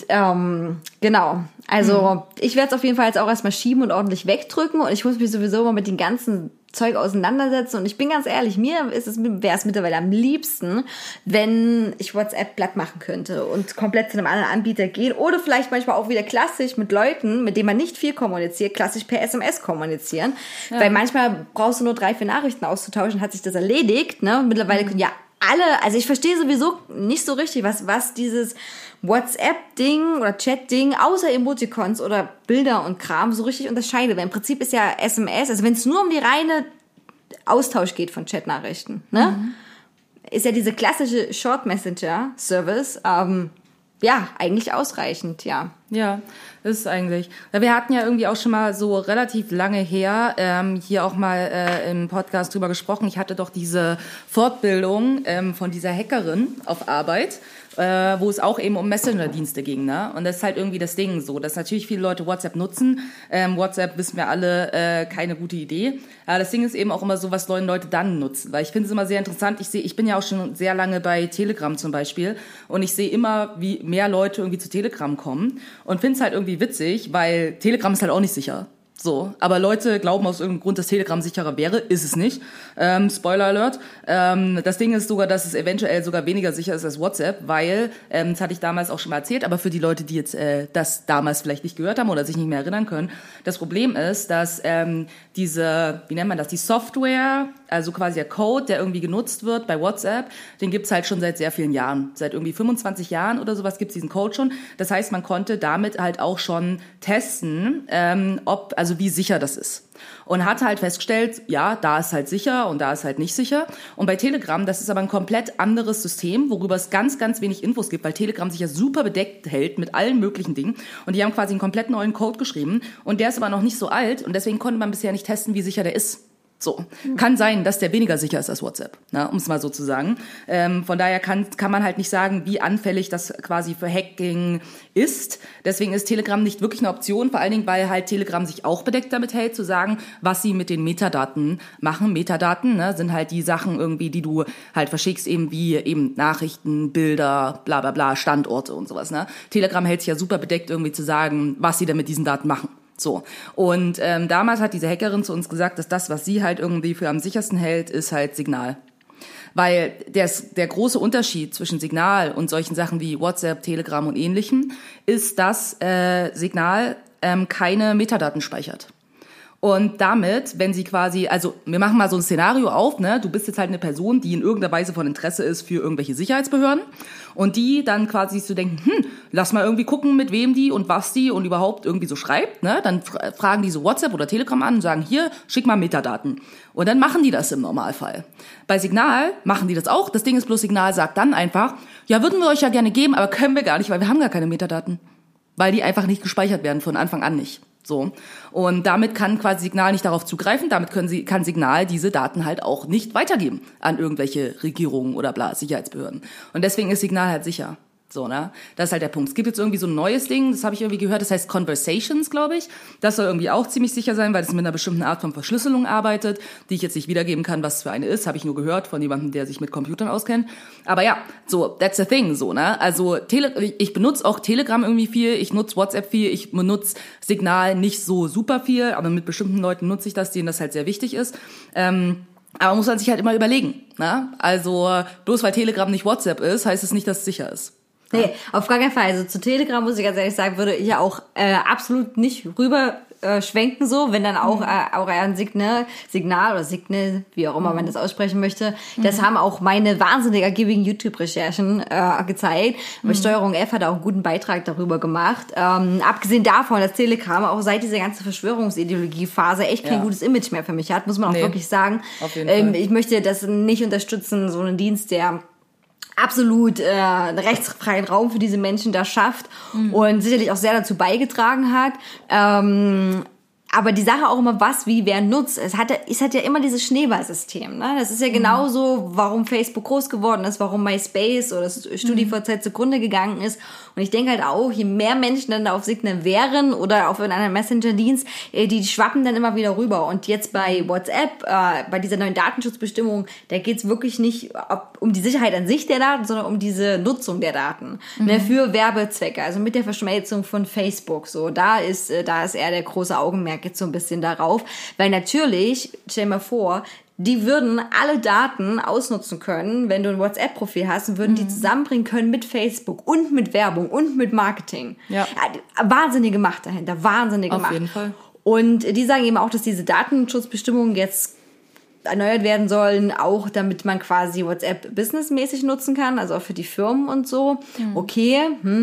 genau, also ich werde es auf jeden Fall jetzt auch erstmal schieben und ordentlich wegdrücken. Und ich muss mich sowieso mal mit den ganzen Zeug auseinandersetzen. Und ich bin ganz ehrlich, wäre es mittlerweile am liebsten, wenn ich WhatsApp platt machen könnte und komplett zu einem anderen Anbieter gehen. Oder vielleicht manchmal auch wieder klassisch mit Leuten, mit denen man nicht viel kommuniziert, klassisch per SMS kommunizieren. Ja. Weil manchmal brauchst du nur 3-4 Nachrichten auszutauschen, hat sich das erledigt. Ne? Und mittlerweile können ja alle, also ich verstehe sowieso nicht so richtig, was dieses WhatsApp-Ding oder Chat-Ding außer Emoticons oder Bilder und Kram so richtig unterscheidet. Weil im Prinzip ist ja SMS, also wenn es nur um die reine Austausch geht von Chatnachrichten, ne, ist ja diese klassische Short Messenger-Service eigentlich ausreichend, ja. Ja, ist eigentlich. Wir hatten ja irgendwie auch schon mal so relativ lange her hier auch mal im Podcast drüber gesprochen. Ich hatte doch diese Fortbildung von dieser Hackerin auf Arbeit, wo es auch eben um Messenger-Dienste ging, ne? Und das ist halt irgendwie das Ding so, dass natürlich viele Leute WhatsApp nutzen. WhatsApp wissen wir alle, keine gute Idee. Aber das Ding ist eben auch immer so, was sollen Leute dann nutzen? Weil ich finde es immer sehr interessant. Ich bin ja auch schon sehr lange bei Telegram zum Beispiel und ich sehe immer, wie mehr Leute irgendwie zu Telegram kommen und finde es halt irgendwie witzig, weil Telegram ist halt auch nicht sicher. So, aber Leute glauben aus irgendeinem Grund, dass Telegram sicherer wäre. Ist es nicht. Spoiler Alert. Das Ding ist sogar, dass es eventuell sogar weniger sicher ist als WhatsApp, weil, das hatte ich damals auch schon mal erzählt, aber für die Leute, die jetzt das damals vielleicht nicht gehört haben oder sich nicht mehr erinnern können, das Problem ist, dass die Software, also quasi der Code, der irgendwie genutzt wird bei WhatsApp, den gibt's halt schon seit sehr vielen Jahren. Seit irgendwie 25 Jahren oder sowas gibt's diesen Code schon. Das heißt, man konnte damit halt auch schon testen, also wie sicher das ist. Und hat halt festgestellt, ja, da ist halt sicher und da ist halt nicht sicher. Und bei Telegram, das ist aber ein komplett anderes System, worüber es ganz, ganz wenig Infos gibt, weil Telegram sich ja super bedeckt hält mit allen möglichen Dingen. Und die haben quasi einen komplett neuen Code geschrieben. Und der ist aber noch nicht so alt und deswegen konnte man bisher nicht testen, wie sicher der ist. So. Kann sein, dass der weniger sicher ist als WhatsApp, ne, um es mal so zu sagen. Von daher kann man halt nicht sagen, wie anfällig das quasi für Hacking ist. Deswegen ist Telegram nicht wirklich eine Option, vor allen Dingen, weil halt Telegram sich auch bedeckt damit hält, zu sagen, was sie mit den Metadaten machen. Metadaten, ne, sind halt die Sachen irgendwie, die du halt verschickst, eben wie eben Nachrichten, Bilder, bla bla bla, Standorte und sowas. Ne. Telegram hält sich ja super bedeckt, irgendwie zu sagen, was sie denn mit diesen Daten machen. So. Und damals hat diese Hackerin zu uns gesagt, dass das, was sie halt irgendwie für am sichersten hält, ist halt Signal. Weil der große Unterschied zwischen Signal und solchen Sachen wie WhatsApp, Telegram und Ähnlichem ist, dass Signal keine Metadaten speichert. Und damit, wenn sie quasi, also wir machen mal so ein Szenario auf, ne, du bist jetzt halt eine Person, die in irgendeiner Weise von Interesse ist für irgendwelche Sicherheitsbehörden und die dann quasi zu denken, lass mal irgendwie gucken, mit wem die und was die und überhaupt irgendwie so schreibt, ne, dann fragen die so WhatsApp oder Telegram an und sagen, hier, schick mal Metadaten. Und dann machen die das im Normalfall. Bei Signal machen die das auch, das Ding ist bloß, Signal sagt dann einfach, ja, würden wir euch ja gerne geben, aber können wir gar nicht, weil wir haben gar keine Metadaten. Weil die einfach nicht gespeichert werden, von Anfang an nicht. So. Und damit kann quasi Signal nicht darauf zugreifen, damit kann Signal diese Daten halt auch nicht weitergeben an irgendwelche Regierungen oder Sicherheitsbehörden. Und deswegen ist Signal halt sicher. So, ne? Das ist halt der Punkt. Es gibt jetzt irgendwie so ein neues Ding, das habe ich irgendwie gehört, das heißt Conversations, glaube ich. Das soll irgendwie auch ziemlich sicher sein, weil es mit einer bestimmten Art von Verschlüsselung arbeitet, die ich jetzt nicht wiedergeben kann, was es für eine ist, habe ich nur gehört von jemandem, der sich mit Computern auskennt. Aber ja, so, that's the thing, so, ne? Also, ich benutze auch Telegram irgendwie viel, ich nutze WhatsApp viel, ich benutze Signal nicht so super viel, aber mit bestimmten Leuten nutze ich das, denen das halt sehr wichtig ist. Aber muss man sich halt immer überlegen, ne? Also, bloß weil Telegram nicht WhatsApp ist, heißt es nicht, dass es sicher ist. Nee, auf gar keinen Fall. Also zu Telegram, muss ich ganz ehrlich sagen, würde ich ja auch absolut nicht rüber schwenken so, wenn dann auch ein Signal oder Signal, wie auch immer man das aussprechen möchte. Das haben auch meine wahnsinnig ergiebigen YouTube-Recherchen gezeigt. Aber Steuerung F hat auch einen guten Beitrag darüber gemacht. Abgesehen davon, dass Telegram auch seit dieser ganzen Verschwörungsideologie-Phase echt kein gutes Image mehr für mich hat, muss man auch wirklich sagen. Auf jeden Fall. Ich möchte das nicht unterstützen, so einen Dienst, der absolut einen rechtsfreien Raum für diese Menschen da schafft und sicherlich auch sehr dazu beigetragen hat. Aber die Sache auch immer, was, wie, wer nutzt. Es hat ja immer dieses Schneeballsystem. Ne? Das ist ja genauso, warum Facebook groß geworden ist, warum MySpace oder das StudiVZ zugrunde gegangen ist. Und ich denke halt auch, je mehr Menschen dann da auf Signal wären oder auf irgendeinem Messenger-Dienst, die schwappen dann immer wieder rüber. Und jetzt bei WhatsApp, bei dieser neuen Datenschutzbestimmung, da geht's wirklich nicht um die Sicherheit an sich der Daten, sondern um diese Nutzung der Daten. Ne, für Werbezwecke, also mit der Verschmelzung von Facebook. So, da ist eher der große Augenmerk jetzt so ein bisschen darauf. Weil natürlich, stell dir mal vor, die würden alle Daten ausnutzen können, wenn du ein WhatsApp-Profil hast, und würden die zusammenbringen können mit Facebook und mit Werbung und mit Marketing. Ja. Wahnsinnige Macht dahinter, wahnsinnige Macht. Auf jeden Fall. Und die sagen eben auch, dass diese Datenschutzbestimmungen jetzt erneuert werden sollen, auch damit man quasi WhatsApp businessmäßig nutzen kann, also auch für die Firmen und so. Okay,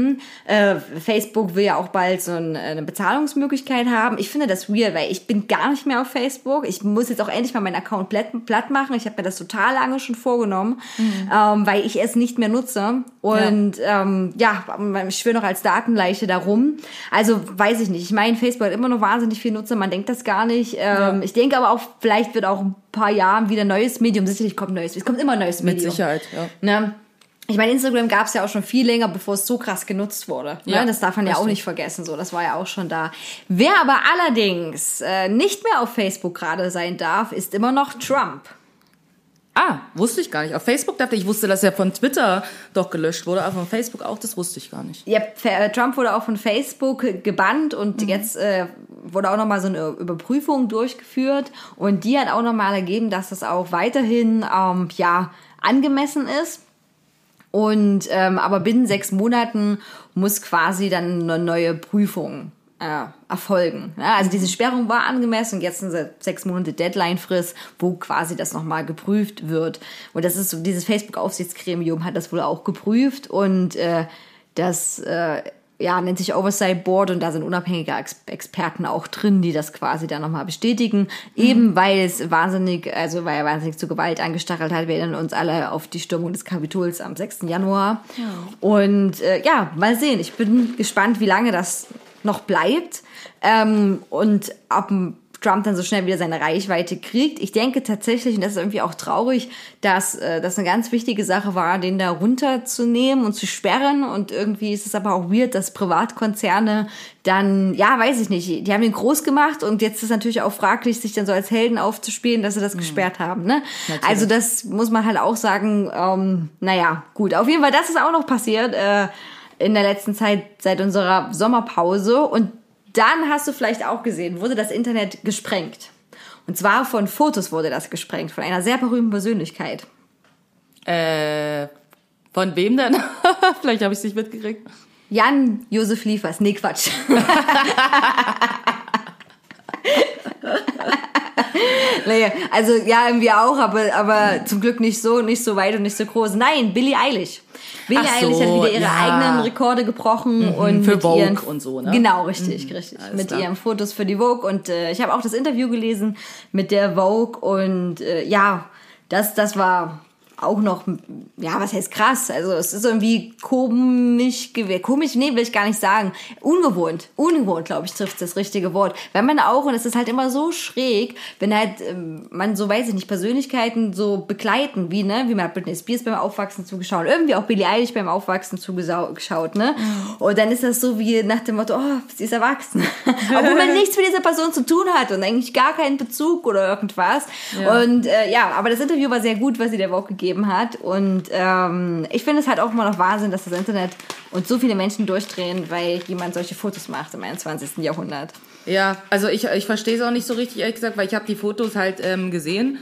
Facebook will ja auch bald so eine Bezahlungsmöglichkeit haben. Ich finde das weird, weil ich bin gar nicht mehr auf Facebook. Ich muss jetzt auch endlich mal meinen Account platt machen. Ich habe mir das total lange schon vorgenommen, weil ich es nicht mehr nutze. Und ich schwöre noch als Datenleiche darum. Also weiß ich nicht. Ich meine, Facebook hat immer noch wahnsinnig viel Nutzer. Man denkt das gar nicht. Ich denke aber auch, vielleicht wird auch ein paar Jahren wieder neues Medium. Sicherlich kommt neues. Es kommt immer ein neues Medium. Mit Sicherheit, ja. Ne? Ich meine, Instagram gab es ja auch schon viel länger, bevor es so krass genutzt wurde. Ja, ne? Das darf man ja auch nicht vergessen. So, das war ja auch schon da. Wer aber allerdings nicht mehr auf Facebook gerade sein darf, ist immer noch Trump. Wusste ich gar nicht. Auf Facebook ich wusste, dass er von Twitter doch gelöscht wurde, aber von Facebook auch, das wusste ich gar nicht. Ja, Trump wurde auch von Facebook gebannt und jetzt wurde auch nochmal so eine Überprüfung durchgeführt und die hat auch nochmal ergeben, dass das auch weiterhin angemessen ist. Und aber binnen 6 Monaten muss quasi dann eine neue Prüfung erfolgen. Ja, also diese Sperrung war angemessen und jetzt sind 6 Monate Deadline-Frist, wo quasi das nochmal geprüft wird. Und das ist so, dieses Facebook-Aufsichtsgremium hat das wohl auch geprüft und das nennt sich Oversight Board und da sind unabhängige Experten auch drin, die das quasi dann nochmal bestätigen, eben weil er wahnsinnig zu Gewalt angestachelt hat. Wir erinnern uns alle auf die Stürmung des Kapitols am 6. Januar. Ja. Und mal sehen. Ich bin gespannt, wie lange das noch bleibt und ob Trump dann so schnell wieder seine Reichweite kriegt. Ich denke tatsächlich, und das ist irgendwie auch traurig, dass das eine ganz wichtige Sache war, den da runterzunehmen und zu sperren. Und irgendwie ist es aber auch weird, dass Privatkonzerne dann, weiß ich nicht, die haben ihn groß gemacht und jetzt ist es natürlich auch fraglich, sich dann so als Helden aufzuspielen, dass sie das gesperrt haben. Ne? Also das muss man halt auch sagen, gut. Auf jeden Fall, das ist auch noch passiert in der letzten Zeit seit unserer Sommerpause. Und dann hast du vielleicht auch gesehen, wurde das Internet gesprengt. Und zwar von Fotos wurde das gesprengt, von einer sehr berühmten Persönlichkeit. Von wem denn? Vielleicht habe ich es nicht mitgekriegt. Jan-Josef Liefers. Nee, Quatsch. Nee, also ja, irgendwie auch, aber zum Glück nicht so weit und nicht so groß. Nein, Billie Eilish. Billie Eilish hat wieder ihre eigenen Rekorde gebrochen und für mit Vogue ihren, und so, ne? Genau, richtig. Mit klar. ihren Fotos für die Vogue und ich habe auch das Interview gelesen mit der Vogue und das war auch noch, ja, was heißt krass? Also es ist irgendwie komisch, nee, will ich gar nicht sagen. Ungewohnt, glaube ich, trifft das richtige Wort. Wenn man auch, und es ist halt immer so schräg, wenn halt man so, weiß ich nicht, Persönlichkeiten so begleiten, wie man hat Britney Spears beim Aufwachsen zugeschaut, irgendwie auch Billie Eilish beim Aufwachsen zugeschaut, ne? Und dann ist das so wie nach dem Motto, oh, sie ist erwachsen. Obwohl man nichts mit dieser Person zu tun hat und eigentlich gar keinen Bezug oder irgendwas. Ja. Und aber das Interview war sehr gut, was sie der Woche gegeben hat. Und ich finde es halt auch immer noch Wahnsinn, dass das Internet und so viele Menschen durchdrehen, weil jemand solche Fotos macht im 21. Jahrhundert. Ja, also ich verstehe es auch nicht so richtig, ehrlich gesagt, weil ich habe die Fotos halt gesehen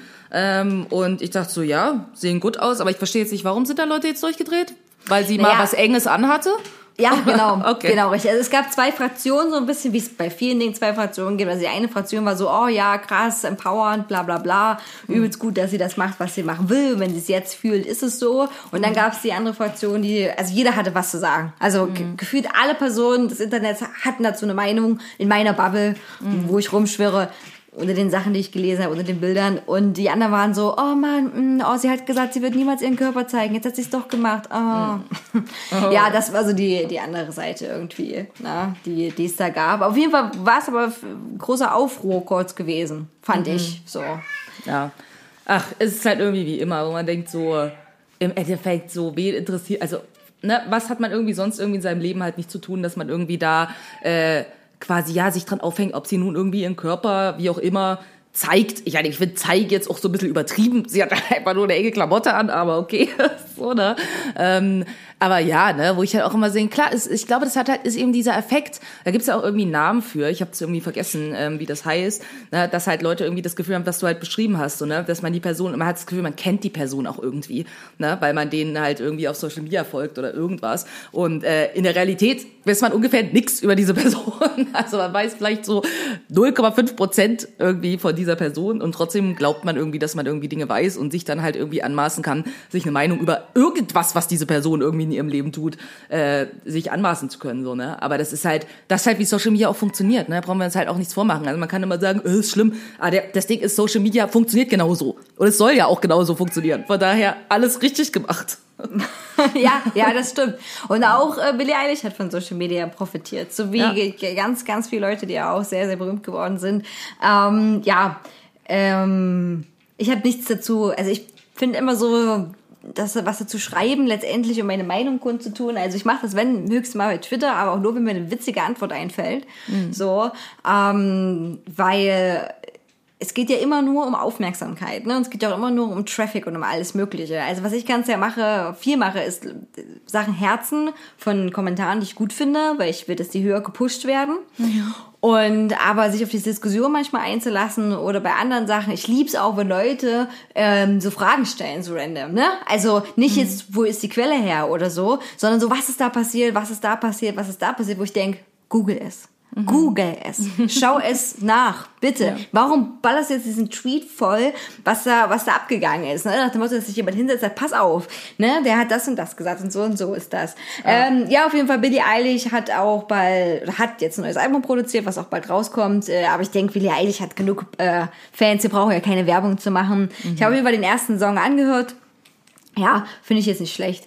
und ich dachte so, ja, sehen gut aus, aber ich verstehe jetzt nicht, warum sind da Leute jetzt durchgedreht? Weil sie mal was Enges anhatte? Ja, genau, okay. Genau, richtig. Also es gab 2 Fraktionen, so ein bisschen, wie es bei vielen Dingen 2 Fraktionen gibt. Also die eine Fraktion war so, oh ja, krass, empowernd, bla bla bla, übelst gut, dass sie das macht, was sie machen will. Und wenn sie es jetzt fühlt, ist es so. Und dann gab es die andere Fraktion, also jeder hatte was zu sagen. Also gefühlt alle Personen des Internets hatten dazu eine Meinung in meiner Bubble, wo ich rumschwirre. Unter den Sachen, die ich gelesen habe, unter den Bildern. Und die anderen waren so, oh Mann, sie hat gesagt, sie wird niemals ihren Körper zeigen. Jetzt hat sie es doch gemacht. Oh. Ja, das war so die andere Seite irgendwie, die es da gab. Auf jeden Fall war es aber ein großer Aufruhr kurz gewesen, fand ich so. Ja. Ach, es ist halt irgendwie wie immer, wo man denkt so, im Endeffekt so, wen interessiert, also, ne, was hat man irgendwie sonst irgendwie in seinem Leben halt nicht zu tun, dass man irgendwie da, quasi, ja, sich dran aufhängt, ob sie nun irgendwie ihren Körper, wie auch immer, zeigt. Ich finde zeig jetzt auch so ein bisschen übertrieben. Sie hat einfach nur eine enge Klamotte an, aber okay, so, ne? Aber ja, ne, wo ich halt auch immer sehe, klar, ich glaube, das ist eben dieser Effekt, da gibt's ja auch irgendwie einen Namen für, ich habe es irgendwie vergessen, wie das heißt, ne, dass halt Leute irgendwie das Gefühl haben, was du halt beschrieben hast, so, ne, dass man man hat das Gefühl, man kennt die Person auch irgendwie, ne, weil man denen halt irgendwie auf Social Media folgt oder irgendwas und in der Realität weiß man ungefähr nichts über diese Person, also man weiß vielleicht so 0,5% irgendwie von dieser Person und trotzdem glaubt man irgendwie, dass man irgendwie Dinge weiß und sich dann halt irgendwie anmaßen kann, sich eine Meinung über irgendwas, was diese Person irgendwie in ihrem Leben tut, sich anmaßen zu können, so, ne? Aber das ist halt, wie Social Media auch funktioniert, ne? Brauchen wir uns halt auch nichts vormachen. Also man kann immer sagen, ist schlimm, aber das Ding ist, Social Media funktioniert genauso. Und es soll ja auch genauso funktionieren. Von daher alles richtig gemacht. Ja, das stimmt. Und auch Billie Eilish hat von Social Media profitiert. So wie ganz, ganz viele Leute, die ja auch sehr, sehr berühmt geworden sind. Ich habe nichts dazu, also ich finde immer so, was dazu schreiben, letztendlich um meine Meinung kundzutun. Also ich mache das, wenn, höchstens mal bei Twitter, aber auch nur, wenn mir eine witzige Antwort einfällt. So, weil es geht ja immer nur um Aufmerksamkeit, ne? Und es geht ja auch immer nur um Traffic und um alles Mögliche. Also was ich viel mache, ist Sachen herzen von Kommentaren, die ich gut finde, weil ich will, dass die höher gepusht werden. Und aber sich auf diese Diskussion manchmal einzulassen oder bei anderen Sachen, ich lieb's auch, wenn Leute so Fragen stellen, so random, ne? Also nicht jetzt, wo ist die Quelle her oder so, sondern so, was ist da passiert, wo ich denke, Google es. Google es. Schau es nach, bitte. Ja. Warum ballerst du jetzt diesen Tweet voll, was da abgegangen ist? Ne? Nach dem Motto, dass sich jemand hinsetzt und sagt, pass auf, ne? Der hat das und das gesagt und so ist das. Ja, auf jeden Fall, Billie Eilish hat jetzt ein neues Album produziert, was auch bald rauskommt. Aber ich denke, Billie Eilish hat genug Fans, sie brauchen ja keine Werbung zu machen. Ich habe über den ersten Song angehört. Ja, finde ich jetzt nicht schlecht.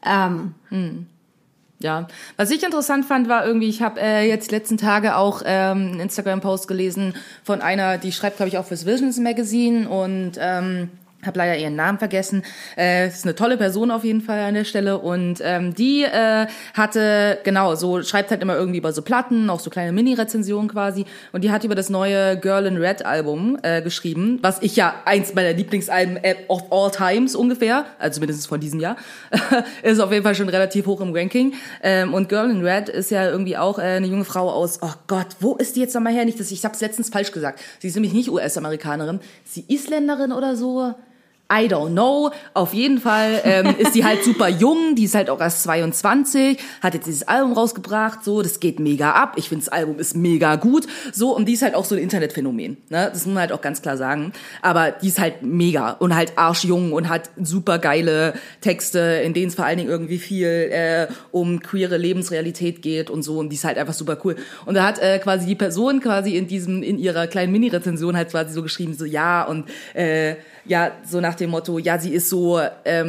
Ja, was ich interessant fand, war irgendwie, ich habe jetzt die letzten Tage auch einen Instagram-Post gelesen von einer, die schreibt, glaube ich, auch fürs Visions Magazine und habe leider ihren Namen vergessen. Ist eine tolle Person auf jeden Fall an der Stelle und die hatte, genau, so schreibt halt immer irgendwie über so Platten, auch so kleine Mini-Rezensionen quasi und die hat über das neue Girl in Red Album geschrieben, was ich ja eins meiner Lieblingsalben of all times ungefähr, also mindestens von diesem Jahr, ist auf jeden Fall schon relativ hoch im Ranking und Girl in Red ist ja irgendwie auch eine junge Frau aus, oh Gott, wo ist die jetzt nochmal her? Nicht, ich habe es letztens falsch gesagt, sie ist nämlich nicht US-Amerikanerin, sie Isländerin oder so, I don't know. Auf jeden Fall ist die halt super jung, die ist halt auch erst 22, hat jetzt dieses Album rausgebracht, so, das geht mega ab. Ich finde, das Album ist mega gut, so, und die ist halt auch so ein Internetphänomen, ne? Das muss man halt auch ganz klar sagen. Aber die ist halt mega und halt arschjung und hat super geile Texte, in denen es vor allen Dingen irgendwie viel um queere Lebensrealität geht und so, und die ist halt einfach super cool. Und da hat quasi die Person quasi in ihrer kleinen Mini-Rezension halt quasi so geschrieben, so, ja, und ja, so nach dem Motto, ja, sie ist so,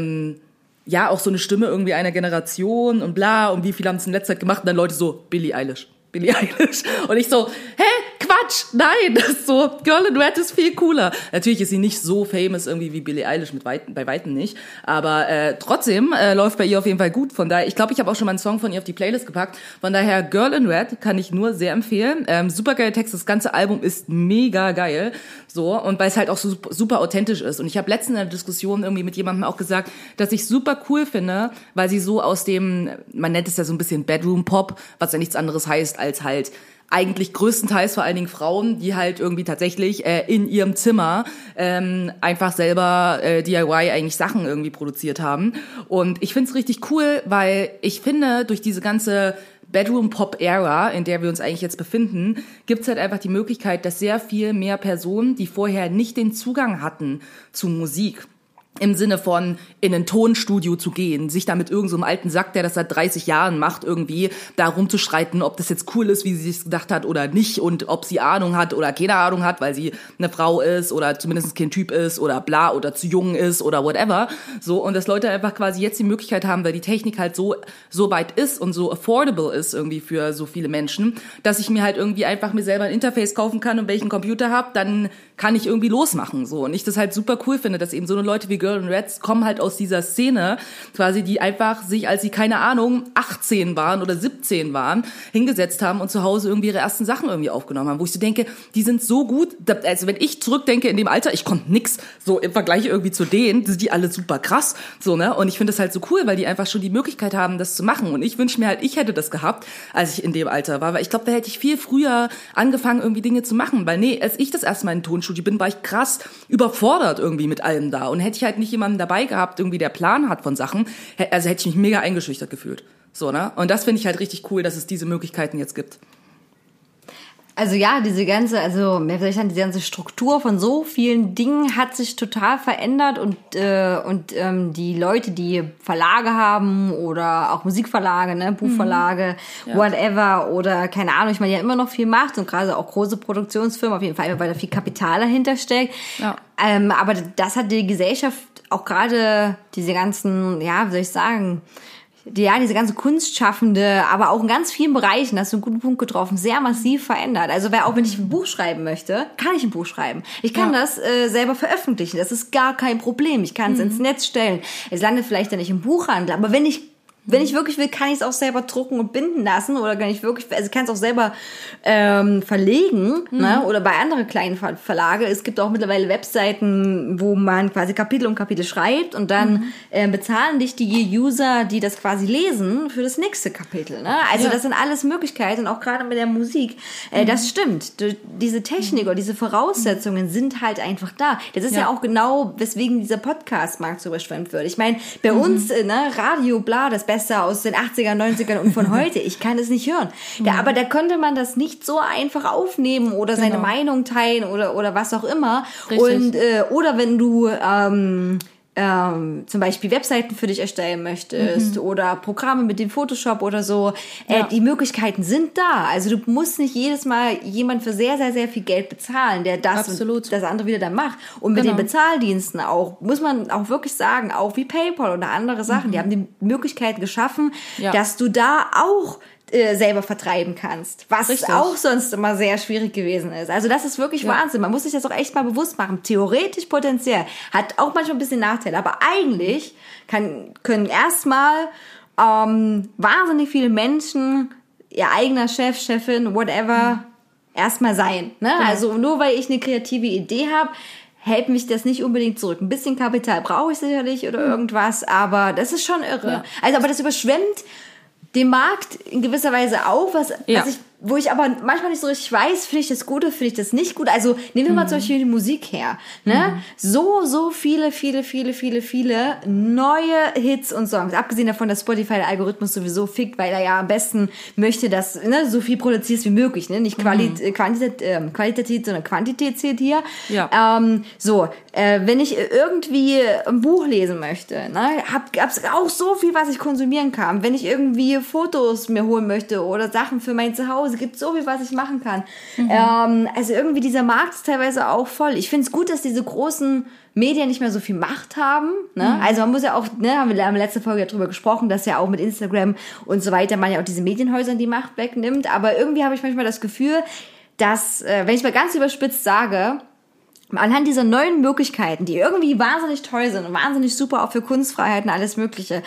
ja, auch so eine Stimme irgendwie einer Generation und bla, und wie viele haben es in letzter Zeit gemacht? Und dann Leute so, Billie Eilish. Und ich so, hä? Quatsch, nein, das ist so, Girl in Red ist viel cooler. Natürlich ist sie nicht so famous irgendwie wie Billie Eilish, bei Weitem nicht, aber trotzdem läuft bei ihr auf jeden Fall gut. Von daher, ich glaube, ich habe auch schon mal einen Song von ihr auf die Playlist gepackt. Von daher, Girl in Red kann ich nur sehr empfehlen. Super geiler Text, das ganze Album ist mega geil. So, und weil es halt auch so super authentisch ist. Und ich habe letztens in einer Diskussion irgendwie mit jemandem auch gesagt, dass ich super cool finde, weil sie so aus dem, man nennt es ja so ein bisschen Bedroom-Pop, was ja nichts anderes heißt als halt eigentlich größtenteils vor allen Dingen Frauen, die halt irgendwie tatsächlich in ihrem Zimmer einfach selber DIY eigentlich Sachen irgendwie produziert haben. Und ich find's richtig cool, weil ich finde, durch diese ganze Bedroom-Pop-Ära, in der wir uns eigentlich jetzt befinden, gibt's halt einfach die Möglichkeit, dass sehr viel mehr Personen, die vorher nicht den Zugang hatten zu Musik, im Sinne von in ein Tonstudio zu gehen, sich da mit irgend so einem alten Sack, der das seit 30 Jahren macht, irgendwie da rumzustreiten, ob das jetzt cool ist, wie sie sich gedacht hat oder nicht, und ob sie Ahnung hat oder keine Ahnung hat, weil sie eine Frau ist oder zumindest kein Typ ist oder bla oder zu jung ist oder whatever. So, und dass Leute einfach quasi jetzt die Möglichkeit haben, weil die Technik halt so weit ist und so affordable ist irgendwie für so viele Menschen, dass ich mir halt irgendwie einfach mir selber ein Interface kaufen kann, und wenn ich einen Computer habe, dann kann ich irgendwie losmachen. So, und ich das halt super cool finde, dass eben so eine Leute wie Girl in Red kommen halt aus dieser Szene, quasi, die einfach sich, als sie, keine Ahnung, 18 waren oder 17 waren, hingesetzt haben und zu Hause irgendwie ihre ersten Sachen irgendwie aufgenommen haben, wo ich so denke, die sind so gut, also wenn ich zurückdenke in dem Alter, ich konnte nix, so im Vergleich irgendwie zu denen, sind die alle super krass, so, ne, und ich finde das halt so cool, weil die einfach schon die Möglichkeit haben, das zu machen, und ich wünsche mir halt, ich hätte das gehabt, als ich in dem Alter war, weil ich glaube, da hätte ich viel früher angefangen, irgendwie Dinge zu machen, weil als ich das erste Mal in Tonstudio bin, war ich krass überfordert irgendwie mit allem da, und hätte ich halt nicht jemanden dabei gehabt, irgendwie der Plan hat von Sachen, also hätte ich mich mega eingeschüchtert gefühlt. So, ne? Und das finde ich halt richtig cool, dass es diese Möglichkeiten jetzt gibt. Also ja, diese ganze Struktur von so vielen Dingen hat sich total verändert, und die Leute, die Verlage haben oder auch Musikverlage, ne, Buchverlage, whatever, oder keine Ahnung, ich meine, ja immer noch viel macht, und gerade auch große Produktionsfirmen auf jeden Fall, weil da viel Kapital dahinter steckt. Ja. Aber das hat die Gesellschaft auch gerade diese ganzen, ja, wie soll ich sagen, diese ganze Kunstschaffende, aber auch in ganz vielen Bereichen, hast du einen guten Punkt getroffen, sehr massiv verändert. Also auch wenn ich ein Buch schreiben möchte, kann ich ein Buch schreiben. Ich kann das selber veröffentlichen. Das ist gar kein Problem. Ich kann es ins Netz stellen. Es landet vielleicht dann nicht im Buchhandel, aber wenn ich wirklich will, kann ich es auch selber drucken und binden lassen, oder kann ich es auch selber verlegen, ne? Oder bei anderen kleinen Verlage. Es gibt auch mittlerweile Webseiten, wo man quasi Kapitel um Kapitel schreibt, und dann bezahlen dich die User, die das quasi lesen, für das nächste Kapitel. Ne? Also das sind alles Möglichkeiten, und auch gerade mit der Musik. Das stimmt. Diese Technik oder diese Voraussetzungen sind halt einfach da. Das ist ja auch genau, weswegen dieser Podcast-Markt so überschwemmt wird. Ich meine, bei uns, ne, Radio, bla, das Beste aus den 80ern, 90ern und von heute. Ich kann es nicht hören. Aber da konnte man das nicht so einfach aufnehmen oder seine Meinung teilen oder was auch immer. Richtig. Und oder wenn du zum Beispiel Webseiten für dich erstellen möchtest oder Programme mit dem Photoshop oder so, die Möglichkeiten sind da. Also du musst nicht jedes Mal jemand für sehr, sehr, sehr viel Geld bezahlen, der das und das andere wieder dann macht. Und mit den Bezahldiensten auch, muss man auch wirklich sagen, auch wie PayPal oder andere Sachen, die haben die Möglichkeit geschaffen, dass du da auch selber vertreiben kannst, was auch sonst immer sehr schwierig gewesen ist. Also das ist wirklich Wahnsinn. Man muss sich das auch echt mal bewusst machen. Theoretisch potenziell. Hat auch manchmal ein bisschen Nachteile, aber eigentlich können erstmal wahnsinnig viele Menschen, ihr eigener Chef, Chefin, whatever, erstmal sein. Ne? Also nur weil ich eine kreative Idee habe, hält mich das nicht unbedingt zurück. Ein bisschen Kapital brauche ich sicherlich oder irgendwas, aber das ist schon irre. Ja. Also aber das überschwemmt den Markt in gewisser Weise auch, wo ich aber manchmal nicht so richtig weiß, finde ich das gut oder finde ich das nicht gut. Also nehmen wir mal zum Beispiel die Musik her. Ne? So viele neue Hits und Songs. Abgesehen davon, dass Spotify der Algorithmus sowieso fickt, weil er ja am besten möchte, dass so viel produzierst wie möglich. Ne? Nicht Qualität, sondern Quantität zählt hier. Ja. Wenn ich irgendwie ein Buch lesen möchte, ne, gab's auch so viel, was ich konsumieren kann. Wenn ich irgendwie Fotos mir holen möchte oder Sachen für mein Zuhause, es gibt so viel, was ich machen kann. Also irgendwie dieser Markt ist teilweise auch voll. Ich finde es gut, dass diese großen Medien nicht mehr so viel Macht haben. Ne? Also man muss ja auch, haben wir in der letzten Folge ja drüber gesprochen, dass ja auch mit Instagram und so weiter man ja auch diese Medienhäusern die Macht wegnimmt. Aber irgendwie habe ich manchmal das Gefühl, dass, wenn ich mal ganz überspitzt sage, anhand dieser neuen Möglichkeiten, die irgendwie wahnsinnig toll sind und wahnsinnig super auch für Kunstfreiheit und alles Mögliche,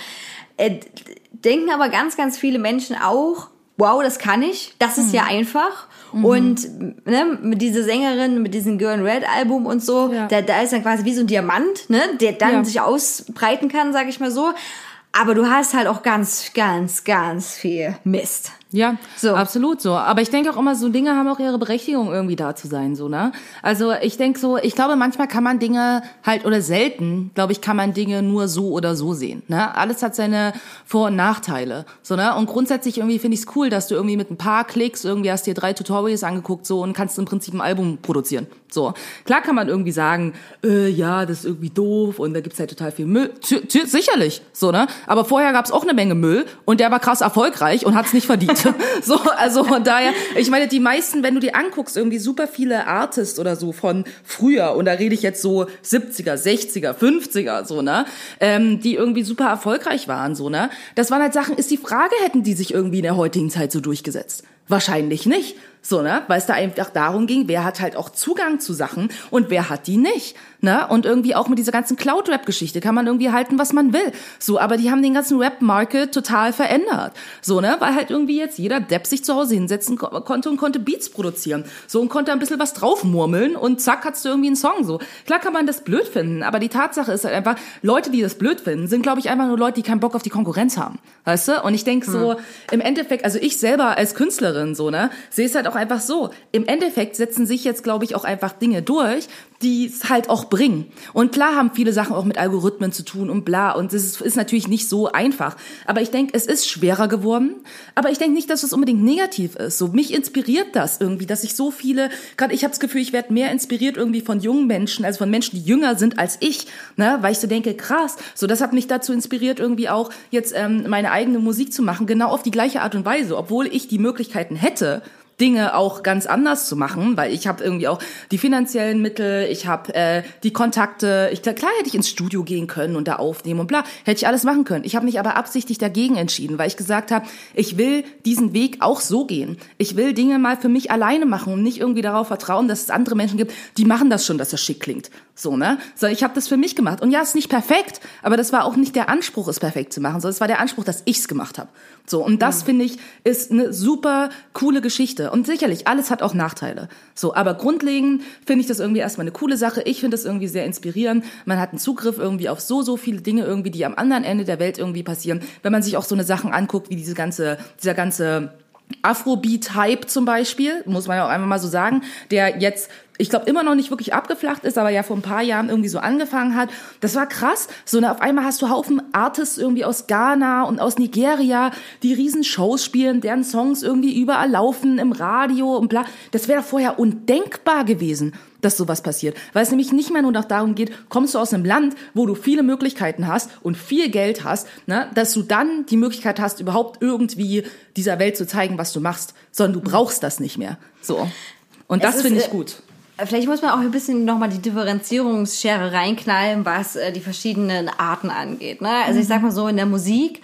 denken aber ganz, ganz viele Menschen auch, wow, das kann ich, das ist ja einfach. Und mit dieser Sängerin, mit diesem Girl in Red Album und so, da ist dann quasi wie so ein Diamant, ne, der dann sich ausbreiten kann, sag ich mal so. Aber du hast halt auch ganz, ganz, ganz viel Mist. Ja, so. Absolut so. Aber ich denke auch immer, so Dinge haben auch ihre Berechtigung, irgendwie da zu sein, so, ne? Also ich denke so, ich glaube, manchmal kann man Dinge halt, oder selten, glaube ich, kann man Dinge nur so oder so sehen, ne? Alles hat seine Vor- und Nachteile, so, ne? Und grundsätzlich irgendwie finde ich es cool, dass du irgendwie mit ein paar Klicks irgendwie hast dir 3 Tutorials angeguckt, so, und kannst im Prinzip ein Album produzieren, so. Klar kann man irgendwie sagen, ja, das ist irgendwie doof und da gibt's halt total viel Müll. Sicherlich, so, ne? Aber vorher gab's auch eine Menge Müll und der war krass erfolgreich und hat's nicht verdient. So, also von daher, ich meine, die meisten, wenn du dir anguckst, irgendwie super viele Artists oder so von früher, und da rede ich jetzt so 70er, 60er, 50er, so, ne, die irgendwie super erfolgreich waren, so, ne, das waren halt Sachen, ist die Frage, hätten die sich irgendwie in der heutigen Zeit so durchgesetzt? Wahrscheinlich nicht. So, ne, weil es da einfach darum ging, wer hat halt auch Zugang zu Sachen und wer hat die nicht, ne, und irgendwie auch mit dieser ganzen Cloud-Rap-Geschichte kann man irgendwie halten, was man will, so, aber die haben den ganzen Rap-Market total verändert, so, ne, weil halt irgendwie jetzt jeder Depp sich zu Hause hinsetzen konnte und konnte Beats produzieren, so, und konnte ein bisschen was draufmurmeln und zack, hattest du irgendwie einen Song, so. Klar kann man das blöd finden, aber die Tatsache ist halt einfach, Leute, die das blöd finden, sind, glaube ich, einfach nur Leute, die keinen Bock auf die Konkurrenz haben, weißt du, und ich denke so, im Endeffekt, also ich selber als Künstlerin, so, ne, sehe es halt auch einfach so. Im Endeffekt setzen sich jetzt, glaube ich, auch einfach Dinge durch, die es halt auch bringen. Und klar haben viele Sachen auch mit Algorithmen zu tun und bla. Und das ist natürlich nicht so einfach. Aber ich denke, es ist schwerer geworden. Aber ich denke nicht, dass es unbedingt negativ ist. So, mich inspiriert das irgendwie, dass ich so viele, gerade ich habe das Gefühl, ich werde mehr inspiriert irgendwie von jungen Menschen, also von Menschen, die jünger sind als ich, ne, weil ich so denke, krass. So, das hat mich dazu inspiriert, irgendwie auch jetzt meine eigene Musik zu machen, genau auf die gleiche Art und Weise, obwohl ich die Möglichkeiten hätte, Dinge auch ganz anders zu machen, weil ich habe irgendwie auch die finanziellen Mittel, ich habe die Kontakte, klar hätte ich ins Studio gehen können und da aufnehmen und bla, hätte ich alles machen können. Ich habe mich aber absichtlich dagegen entschieden, weil ich gesagt habe, ich will diesen Weg auch so gehen. Ich will Dinge mal für mich alleine machen und nicht irgendwie darauf vertrauen, dass es andere Menschen gibt, die machen das schon, dass das schick klingt. So, ne? So, ich habe das für mich gemacht. Und ja, ist nicht perfekt, aber das war auch nicht der Anspruch, es perfekt zu machen, sondern es war der Anspruch, dass ich's gemacht habe. So, und das, finde ich, ist eine super coole Geschichte. Und sicherlich, alles hat auch Nachteile. So, aber grundlegend finde ich das irgendwie erstmal eine coole Sache. Ich finde das irgendwie sehr inspirierend. Man hat einen Zugriff irgendwie auf so viele Dinge irgendwie, die am anderen Ende der Welt irgendwie passieren. Wenn man sich auch so eine Sachen anguckt, wie dieser ganze Afrobeat-Hype zum Beispiel, muss man ja auch einfach mal so sagen, der jetzt, ich glaube, immer noch nicht wirklich abgeflacht ist, aber ja vor ein paar Jahren irgendwie so angefangen hat. Das war krass. So, ne, auf einmal hast du Haufen Artists irgendwie aus Ghana und aus Nigeria, die riesen Shows spielen, deren Songs irgendwie überall laufen, im Radio und bla. Das wäre vorher undenkbar gewesen, dass sowas passiert. Weil es nämlich nicht mehr nur noch darum geht, kommst du aus einem Land, wo du viele Möglichkeiten hast und viel Geld hast, ne, dass du dann die Möglichkeit hast, überhaupt irgendwie dieser Welt zu zeigen, was du machst, sondern du brauchst das nicht mehr. So. Und das finde ich gut. Vielleicht muss man auch ein bisschen nochmal die Differenzierungsschere reinknallen, was die verschiedenen Arten angeht. Ne? Also ich sag mal so, in der Musik,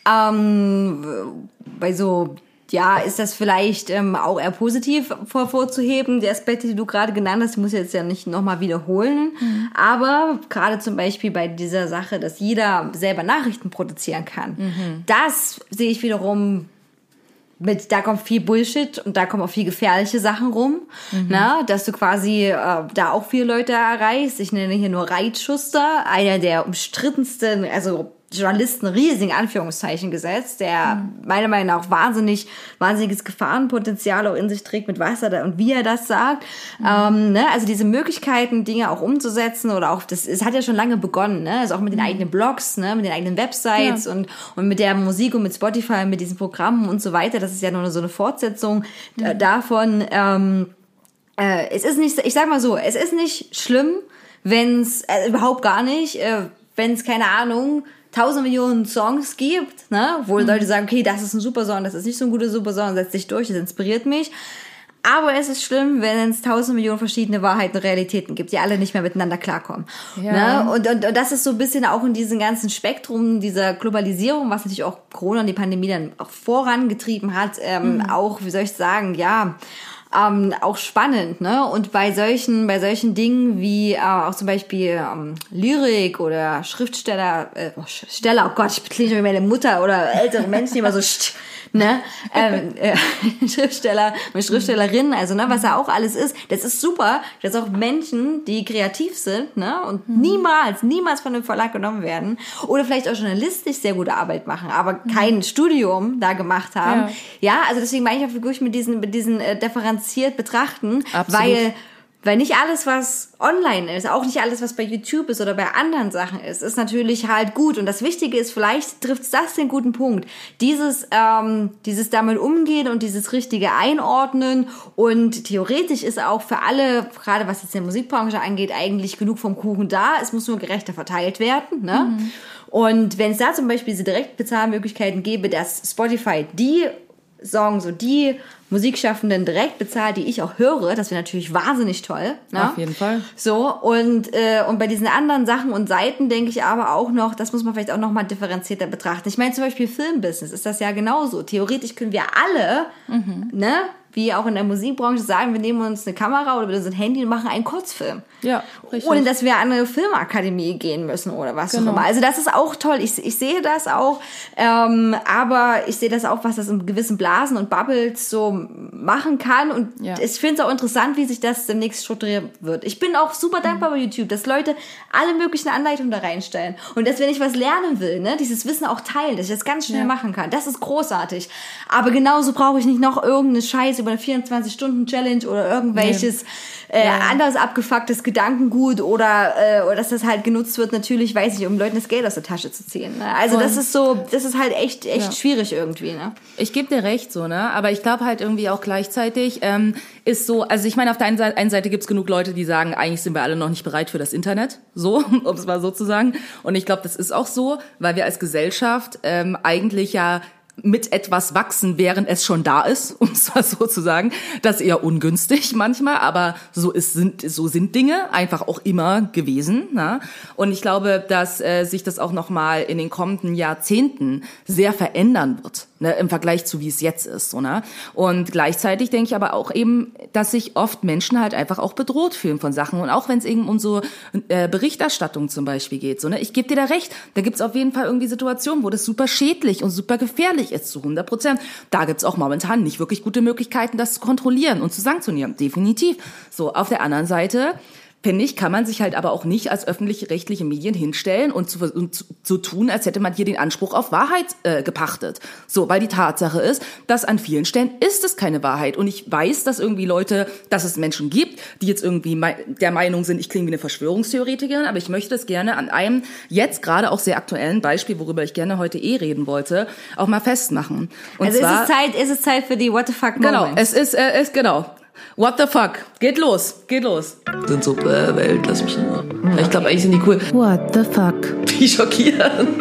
bei so, ja, ist das vielleicht auch eher positiv vorzuheben, die Aspekte, die du gerade genannt hast, die muss ich jetzt ja nicht nochmal wiederholen. Aber gerade zum Beispiel bei dieser Sache, dass jeder selber Nachrichten produzieren kann, das sehe ich wiederum da kommt viel Bullshit und da kommen auch viel gefährliche Sachen rum, ne? Dass du quasi da auch viele Leute erreichst. Ich nenne hier nur Reitschuster, einer der umstrittensten, also Journalisten, riesigen Anführungszeichen gesetzt, der meiner Meinung nach wahnsinniges Gefahrenpotenzial auch in sich trägt, mit was er da und wie er das sagt. Ne? Also diese Möglichkeiten, Dinge auch umzusetzen oder auch, es hat ja schon lange begonnen, ne? Also auch mit den eigenen Blogs, ne? Mit den eigenen Websites und mit der Musik und mit Spotify, mit diesen Programmen und so weiter. Das ist ja nur so eine Fortsetzung davon. Es ist nicht, ich sag mal so, es ist nicht schlimm, wenn es überhaupt gar nicht, wenn es, keine Ahnung, 1000 Millionen Songs gibt, ne, wo Leute sagen, okay, das ist ein super Song, das ist nicht so ein guter super Song, setz dich durch, das inspiriert mich. Aber es ist schlimm, wenn es 1000 Millionen verschiedene Wahrheiten und Realitäten gibt, die alle nicht mehr miteinander klarkommen. Ja. Ne? Und das ist so ein bisschen auch in diesem ganzen Spektrum dieser Globalisierung, was natürlich auch Corona und die Pandemie dann auch vorangetrieben hat, auch, wie soll ich sagen, ja, auch spannend, ne? Und bei solchen Dingen wie auch zum Beispiel Lyrik oder Schriftsteller, oh Gott, ich klinge schon wie meine Mutter oder ältere Menschen, die immer so ne? Schriftsteller und Schriftstellerinnen, also ne, was da auch alles ist, das ist super, dass auch Menschen, die kreativ sind, ne, und niemals von dem Verlag genommen werden oder vielleicht auch journalistisch sehr gute Arbeit machen, aber kein Studium da gemacht haben. Ja, also deswegen meine ich auch wirklich mit diesen differenziert betrachten, Absolut. weil nicht alles, was online ist, auch nicht alles, was bei YouTube ist oder bei anderen Sachen ist natürlich halt gut. Und das Wichtige ist, vielleicht trifft das den guten Punkt. Dieses damit umgehen und dieses richtige Einordnen. Und theoretisch ist auch für alle, gerade was jetzt die Musikbranche angeht, eigentlich genug vom Kuchen da. Es muss nur gerechter verteilt werden, ne? Und wenn es da zum Beispiel diese Direktbezahlmöglichkeiten gäbe, dass Spotify die Songs und die Musikschaffenden direkt bezahlt, die ich auch höre, das wäre natürlich wahnsinnig toll. Ne? Auf jeden Fall. So, und bei diesen anderen Sachen und Seiten denke ich aber auch noch, das muss man vielleicht auch noch mal differenzierter betrachten. Ich meine zum Beispiel Filmbusiness ist das ja genauso. Theoretisch können wir alle, ne, wie auch in der Musikbranche sagen, wir nehmen uns eine Kamera oder unser Handy und machen einen Kurzfilm. Ja, richtig. Ohne dass wir an eine Filmakademie gehen müssen oder was auch Genau. immer. Also das ist auch toll. Ich sehe das auch. Aber ich sehe das auch, was das in gewissen Blasen und Bubbles so machen kann. Und ich finde es auch interessant, wie sich das demnächst strukturieren wird. Ich bin auch super dankbar bei YouTube, dass Leute alle möglichen Anleitungen da reinstellen. Und dass, wenn ich was lernen will, ne, dieses Wissen auch teilen, dass ich das ganz schnell machen kann. Das ist großartig. Aber genauso brauche ich nicht noch irgendeine Scheiße über eine 24-Stunden-Challenge oder irgendwelches anders abgefucktes Gedankengut oder dass das halt genutzt wird, natürlich, weiß ich, um Leuten das Geld aus der Tasche zu ziehen. Ne? Also das ist halt echt schwierig irgendwie. Ne? Ich gebe dir recht, so, ne? Aber ich glaube halt irgendwie auch gleichzeitig ist so, also ich meine, auf der einen Seite gibt's genug Leute, die sagen, eigentlich sind wir alle noch nicht bereit für das Internet, so, um es mal so zu sagen. Und ich glaube, das ist auch so, weil wir als Gesellschaft eigentlich ja mit etwas wachsen, während es schon da ist, um es mal so zu sagen. Das ist eher ungünstig manchmal, aber so sind Dinge einfach auch immer gewesen. Ne? Und ich glaube, dass sich das auch nochmal in den kommenden Jahrzehnten sehr verändern wird, ne, im Vergleich zu wie es jetzt ist. So, ne? Und gleichzeitig denke ich aber auch eben, dass sich oft Menschen halt einfach auch bedroht fühlen von Sachen. Und auch wenn es eben um so Berichterstattung zum Beispiel geht. So, ne? Ich gebe dir da recht, da gibt es auf jeden Fall irgendwie Situationen, wo das super schädlich und super gefährlich ist zu 100%. Da gibt's auch momentan nicht wirklich gute Möglichkeiten, das zu kontrollieren und zu sanktionieren. Definitiv. So, auf der anderen Seite, finde ich, kann man sich halt aber auch nicht als öffentlich-rechtliche Medien hinstellen und so tun, als hätte man hier den Anspruch auf Wahrheit gepachtet. So, weil die Tatsache ist, dass an vielen Stellen ist es keine Wahrheit. Und ich weiß, dass es Menschen gibt, die jetzt irgendwie der Meinung sind, ich klinge wie eine Verschwörungstheoretikerin, aber ich möchte das gerne an einem jetzt gerade auch sehr aktuellen Beispiel, worüber ich gerne heute reden wollte, auch mal festmachen. Und also zwar, ist es Zeit für die What the fuck Moments. Genau, es genau. What the fuck? Geht los. Sind so, Welt, lass mich in Ruhe. Ich glaube, eigentlich sind die cool. What the fuck? Wie schockierend.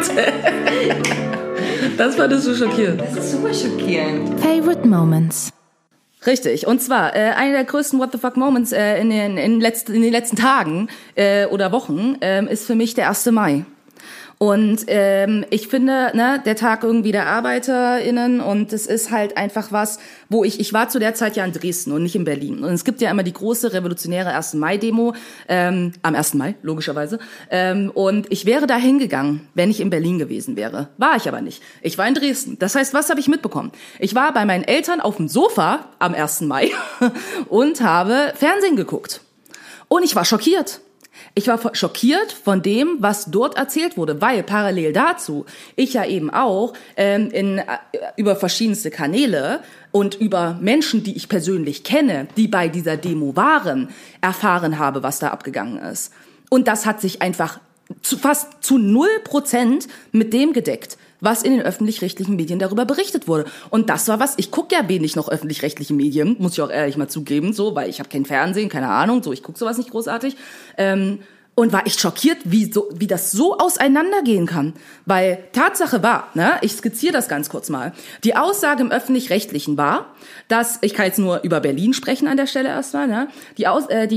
Das fandest du schockierend. Das ist super schockierend. Favorite Moments. Richtig. Und zwar, einer der größten What the fuck Moments in den letzten Tagen oder Wochen ist für mich der 1. Mai. Und ich finde, ne, der Tag irgendwie der ArbeiterInnen, und es ist halt einfach was, wo ich war zu der Zeit ja in Dresden und nicht in Berlin. Und es gibt ja immer die große revolutionäre 1. Mai-Demo, am 1. Mai, logischerweise. Und ich wäre da hingegangen, wenn ich in Berlin gewesen wäre. War ich aber nicht. Ich war in Dresden. Das heißt, was habe ich mitbekommen? Ich war bei meinen Eltern auf dem Sofa am 1. Mai und habe Fernsehen geguckt. Und ich war schockiert. Ich war schockiert von dem, was dort erzählt wurde, weil parallel dazu ich ja eben auch über verschiedenste Kanäle und über Menschen, die ich persönlich kenne, die bei dieser Demo waren, erfahren habe, was da abgegangen ist. Und das hat sich einfach fast zu 0% mit dem gedeckt, was in den öffentlich-rechtlichen Medien darüber berichtet wurde. Und das war was, ich gucke ja wenig noch öffentlich-rechtliche Medien, muss ich auch ehrlich mal zugeben, so, weil ich habe kein Fernsehen, keine Ahnung, so, ich gucke sowas nicht großartig. Und war echt schockiert, wie das so auseinandergehen kann. Weil Tatsache war, ne, ich skizziere das ganz kurz mal, die Aussage im Öffentlich-Rechtlichen war, dass, ich kann jetzt nur über Berlin sprechen an der Stelle erstmal, ne, die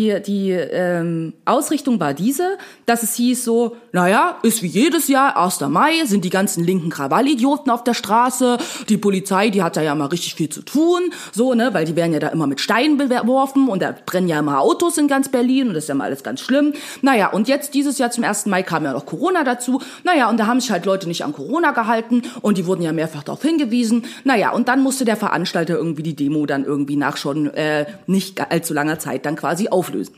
Ausrichtung war diese, dass es hieß so, naja, ist wie jedes Jahr, 1. Mai, sind die ganzen linken Krawallidioten auf der Straße, die Polizei, die hat da ja mal richtig viel zu tun, so, ne, weil die werden ja da immer mit Steinen beworfen und da brennen ja immer Autos in ganz Berlin und das ist ja mal alles ganz schlimm. Naja, und jetzt dieses Jahr zum 1. Mai kam ja noch Corona dazu. Naja, und da haben sich halt Leute nicht an Corona gehalten und die wurden ja mehrfach darauf hingewiesen. Naja, und dann musste der Veranstalter irgendwie die Demo dann irgendwie nach schon nicht allzu langer Zeit dann quasi auflösen.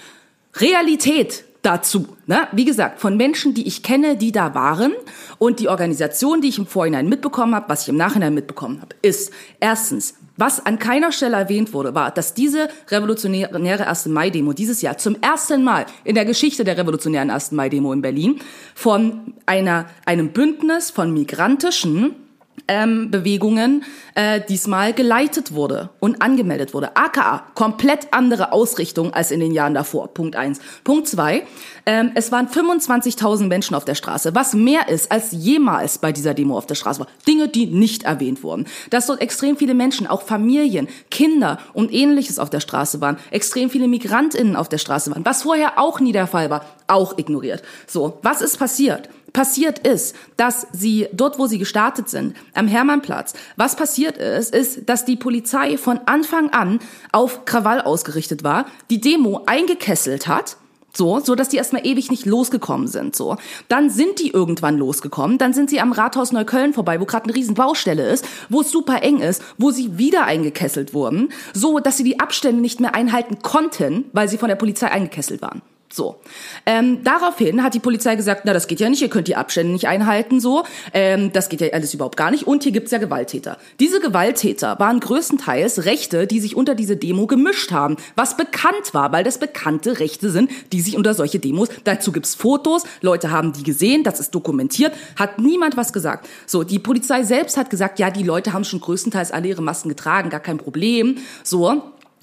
Realität dazu, ne? Wie gesagt, von Menschen, die ich kenne, die da waren und die Organisation, die ich im Vorhinein mitbekommen habe, was ich im Nachhinein mitbekommen habe, ist erstens, was an keiner Stelle erwähnt wurde, war, dass diese revolutionäre 1. Mai-Demo dieses Jahr zum ersten Mal in der Geschichte der revolutionären 1. Mai-Demo in Berlin von einem Bündnis von migrantischen Bewegungen diesmal geleitet wurde und angemeldet wurde. AKA, komplett andere Ausrichtung als in den Jahren davor. Punkt 1. Punkt 2, es waren 25.000 Menschen auf der Straße, was mehr ist als jemals bei dieser Demo auf der Straße war. Dinge, die nicht erwähnt wurden. Dass dort extrem viele Menschen, auch Familien, Kinder und Ähnliches auf der Straße waren, extrem viele MigrantInnen auf der Straße waren, was vorher auch nie der Fall war, auch ignoriert. So, was ist passiert? Passiert ist, dass sie dort, wo sie gestartet sind, am Hermannplatz, was passiert ist, dass die Polizei von Anfang an auf Krawall ausgerichtet war, die Demo eingekesselt hat, so dass die erstmal ewig nicht losgekommen sind, so. Dann sind die irgendwann losgekommen, dann sind sie am Rathaus Neukölln vorbei, wo gerade eine riesen Baustelle ist, wo es super eng ist, wo sie wieder eingekesselt wurden, so dass sie die Abstände nicht mehr einhalten konnten, weil sie von der Polizei eingekesselt waren. So. Daraufhin hat die Polizei gesagt, na, das geht ja nicht, ihr könnt die Abstände nicht einhalten, so. Das geht ja alles überhaupt gar nicht. Und hier gibt's ja Gewalttäter. Diese Gewalttäter waren größtenteils Rechte, die sich unter diese Demo gemischt haben. Was bekannt war, weil das bekannte Rechte sind, die sich unter solche Demos, dazu gibt's Fotos, Leute haben die gesehen, das ist dokumentiert, hat niemand was gesagt. So, die Polizei selbst hat gesagt, ja, die Leute haben schon größtenteils alle ihre Masken getragen, gar kein Problem, so.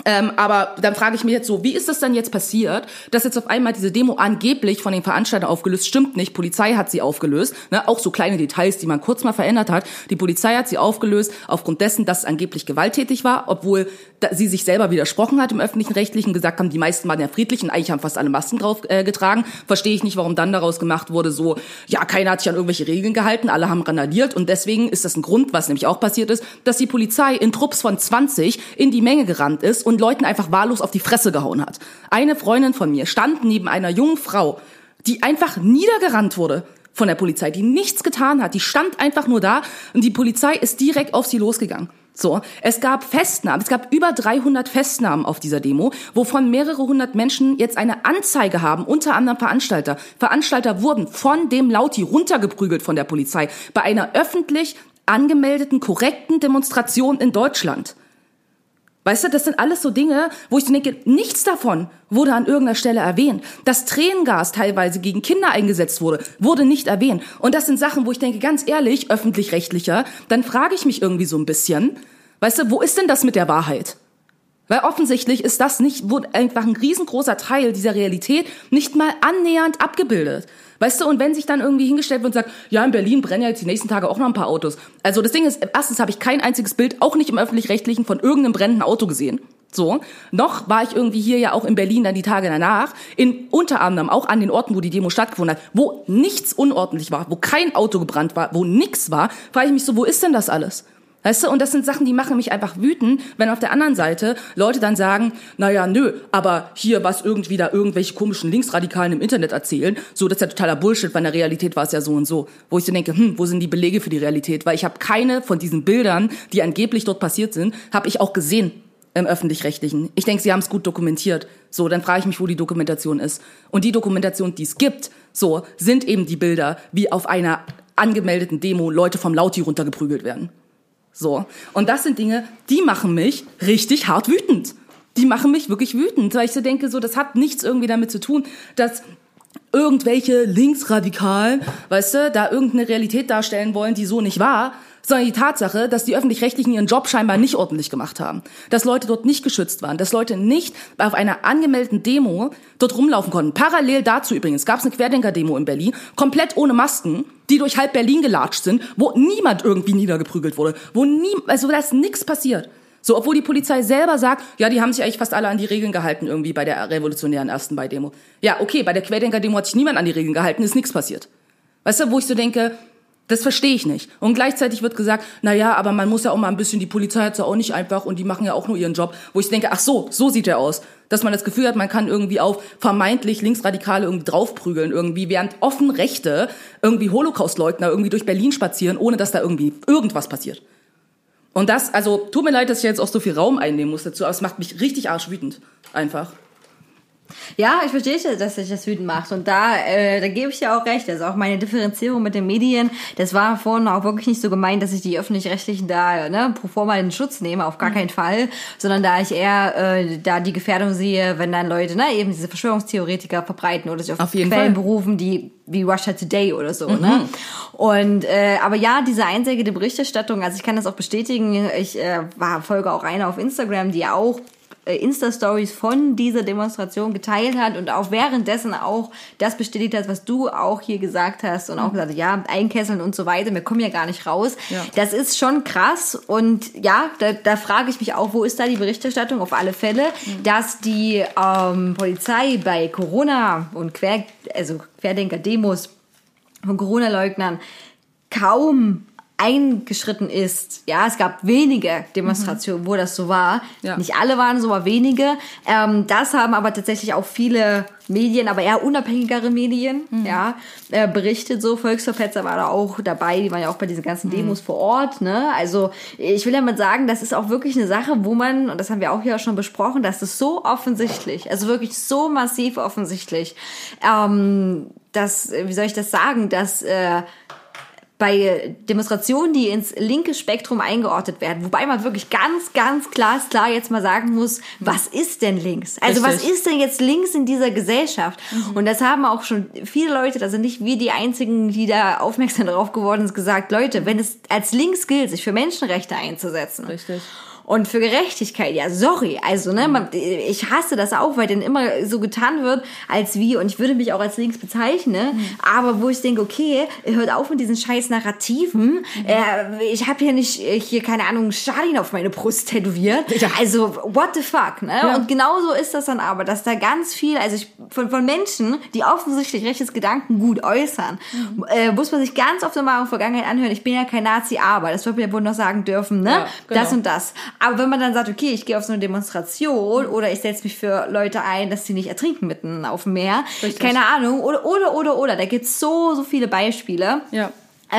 Aber dann frage ich mich jetzt so, wie ist das dann jetzt passiert, dass jetzt auf einmal diese Demo angeblich von den Veranstaltern aufgelöst, stimmt nicht, Polizei hat sie aufgelöst, ne? Auch so kleine Details, die man kurz mal verändert hat, die Polizei hat sie aufgelöst aufgrund dessen, dass es angeblich gewalttätig war, obwohl sie sich selber widersprochen hat im öffentlichen Rechtlichen, gesagt haben, die meisten waren ja friedlich und eigentlich haben fast alle Masken drauf getragen, verstehe ich nicht, warum dann daraus gemacht wurde, so, ja, keiner hat sich an irgendwelche Regeln gehalten, alle haben randaliert und deswegen ist das ein Grund, was nämlich auch passiert ist, dass die Polizei in Trupps von 20 in die Menge gerannt ist und Leuten einfach wahllos auf die Fresse gehauen hat. Eine Freundin von mir stand neben einer jungen Frau, die einfach niedergerannt wurde von der Polizei, die nichts getan hat. Die stand einfach nur da und die Polizei ist direkt auf sie losgegangen. So, es gab Festnahmen, es gab über 300 Festnahmen auf dieser Demo, wovon mehrere hundert Menschen jetzt eine Anzeige haben, unter anderem Veranstalter. Veranstalter wurden von dem Lauti runtergeprügelt von der Polizei bei einer öffentlich angemeldeten, korrekten Demonstration in Deutschland. Weißt du, das sind alles so Dinge, wo ich denke, nichts davon wurde an irgendeiner Stelle erwähnt. Dass Tränengas teilweise gegen Kinder eingesetzt wurde nicht erwähnt. Und das sind Sachen, wo ich denke, ganz ehrlich, öffentlich-rechtlicher, dann frage ich mich irgendwie so ein bisschen, weißt du, wo ist denn das mit der Wahrheit? Weil offensichtlich ist das nicht, wurde einfach ein riesengroßer Teil dieser Realität nicht mal annähernd abgebildet. Weißt du, und wenn sich dann irgendwie hingestellt wird und sagt, ja, in Berlin brennen ja jetzt die nächsten Tage auch noch ein paar Autos. Also das Ding ist, erstens habe ich kein einziges Bild, auch nicht im Öffentlich-Rechtlichen, von irgendeinem brennenden Auto gesehen. So, noch war ich irgendwie hier ja auch in Berlin dann die Tage danach, unter anderem auch an den Orten, wo die Demo stattgefunden hat, wo nichts unordentlich war, wo kein Auto gebrannt war, wo nichts war, frage ich mich so, wo ist denn das alles? Weißt du, und das sind Sachen, die machen mich einfach wütend, wenn auf der anderen Seite Leute dann sagen, naja, nö, aber hier was irgendwie da irgendwelche komischen Linksradikalen im Internet erzählen, so, das ist ja totaler Bullshit, weil in der Realität war es ja so und so. Wo ich so denke, wo sind die Belege für die Realität? Weil ich habe keine von diesen Bildern, die angeblich dort passiert sind, habe ich auch gesehen im Öffentlich-Rechtlichen. Ich denke, sie haben es gut dokumentiert. So, dann frage ich mich, wo die Dokumentation ist. Und die Dokumentation, die es gibt, so, sind eben die Bilder, wie auf einer angemeldeten Demo Leute vom Lauti runtergeprügelt werden. So. Und das sind Dinge, die machen mich richtig hart wütend. Die machen mich wirklich wütend, weil ich so denke, so, das hat nichts irgendwie damit zu tun, dass irgendwelche Linksradikalen, weißt du, da irgendeine Realität darstellen wollen, die so nicht war, sondern die Tatsache, dass die Öffentlich-Rechtlichen ihren Job scheinbar nicht ordentlich gemacht haben. Dass Leute dort nicht geschützt waren, dass Leute nicht auf einer angemeldeten Demo dort rumlaufen konnten. Parallel dazu übrigens gab es eine Querdenker-Demo in Berlin, komplett ohne Masken, die durch halb Berlin gelatscht sind, wo niemand irgendwie niedergeprügelt wurde, also da ist nichts passiert. So, obwohl die Polizei selber sagt, ja, die haben sich eigentlich fast alle an die Regeln gehalten irgendwie bei der revolutionären 1. Mai-Demo. Ja, okay, bei der Querdenker-Demo hat sich niemand an die Regeln gehalten, ist nichts passiert. Weißt du, wo ich so denke, das verstehe ich nicht. Und gleichzeitig wird gesagt, na ja, aber man muss ja auch mal ein bisschen, die Polizei hat's ja auch nicht einfach und die machen ja auch nur ihren Job. Wo ich denke, ach so sieht er aus. Dass man das Gefühl hat, man kann irgendwie auf vermeintlich Linksradikale irgendwie draufprügeln irgendwie, während offen Rechte irgendwie Holocaustleugner irgendwie durch Berlin spazieren, ohne dass da irgendwie irgendwas passiert. Und das, also tut mir leid, dass ich jetzt auch so viel Raum einnehmen muss dazu, aber es macht mich richtig arschwütend. Einfach. Ja, ich verstehe, dass sich das wütend macht. Und da gebe ich dir auch recht. Also auch meine Differenzierung mit den Medien, das war vorhin auch wirklich nicht so gemeint, dass ich die Öffentlich-Rechtlichen da pro forma in Schutz nehme, auf gar keinen Fall. Sondern da ich eher da die Gefährdung sehe, wenn dann Leute eben diese Verschwörungstheoretiker verbreiten oder sich auf Quellen berufen, die wie Russia Today oder so. Ne? Und aber ja, diese einseitige Berichterstattung, also ich kann das auch bestätigen, ich folge auch einer auf Instagram, die auch Insta-Stories von dieser Demonstration geteilt hat und auch währenddessen auch das bestätigt hat, was du auch hier gesagt hast und auch gesagt hast, ja, einkesseln und so weiter, wir kommen ja gar nicht raus. Ja. Das ist schon krass und ja, da frage ich mich auch, wo ist da die Berichterstattung? Auf alle Fälle, dass die Polizei bei Corona und Querdenker-Demos von Corona-Leugnern kaum eingeschritten ist. Ja, es gab wenige Demonstrationen, wo das so war. Ja. Nicht alle waren so, aber wenige. Das haben aber tatsächlich auch viele Medien, aber eher unabhängigere Medien, berichtet so. Volksverpetzer war da auch dabei, die waren ja auch bei diesen ganzen Demos vor Ort, ne? Also, ich will ja mal sagen, das ist auch wirklich eine Sache, wo man, und das haben wir auch hier auch schon besprochen, das ist so offensichtlich, also wirklich so massiv offensichtlich, dass, wie soll ich das sagen, dass, bei Demonstrationen, die ins linke Spektrum eingeordnet werden, wobei man wirklich ganz, ganz klar jetzt mal sagen muss, was ist denn links? Also was ist denn jetzt links in dieser Gesellschaft? Und das haben auch schon viele Leute, da sind nicht wir die Einzigen, die da aufmerksam darauf geworden sind, gesagt, Leute, wenn es als links gilt, sich für Menschenrechte einzusetzen. Richtig. Und für Gerechtigkeit, ja, sorry, also, ne, ich hasse das auch, weil dann immer so getan wird, als wie, und ich würde mich auch als links bezeichnen, aber wo ich denke, okay, hört auf mit diesen scheiß Narrativen, ich habe hier nicht, keine Ahnung, Stalin auf meine Brust tätowiert, also, what the fuck, ne, und genauso ist das dann aber, dass da ganz viel, also von Menschen, die offensichtlich rechtes Gedankengut äußern, muss man sich ganz oft in der Vergangenheit anhören, ich bin ja kein Nazi, aber, das wird mir ja wohl noch sagen dürfen, ne, ja, genau. Das und das. Aber wenn man dann sagt, okay, ich gehe auf so eine Demonstration oder ich setze mich für Leute ein, dass sie nicht ertrinken mitten auf dem Meer, richtig. Keine Ahnung, oder, da gibt's so viele Beispiele. Ja.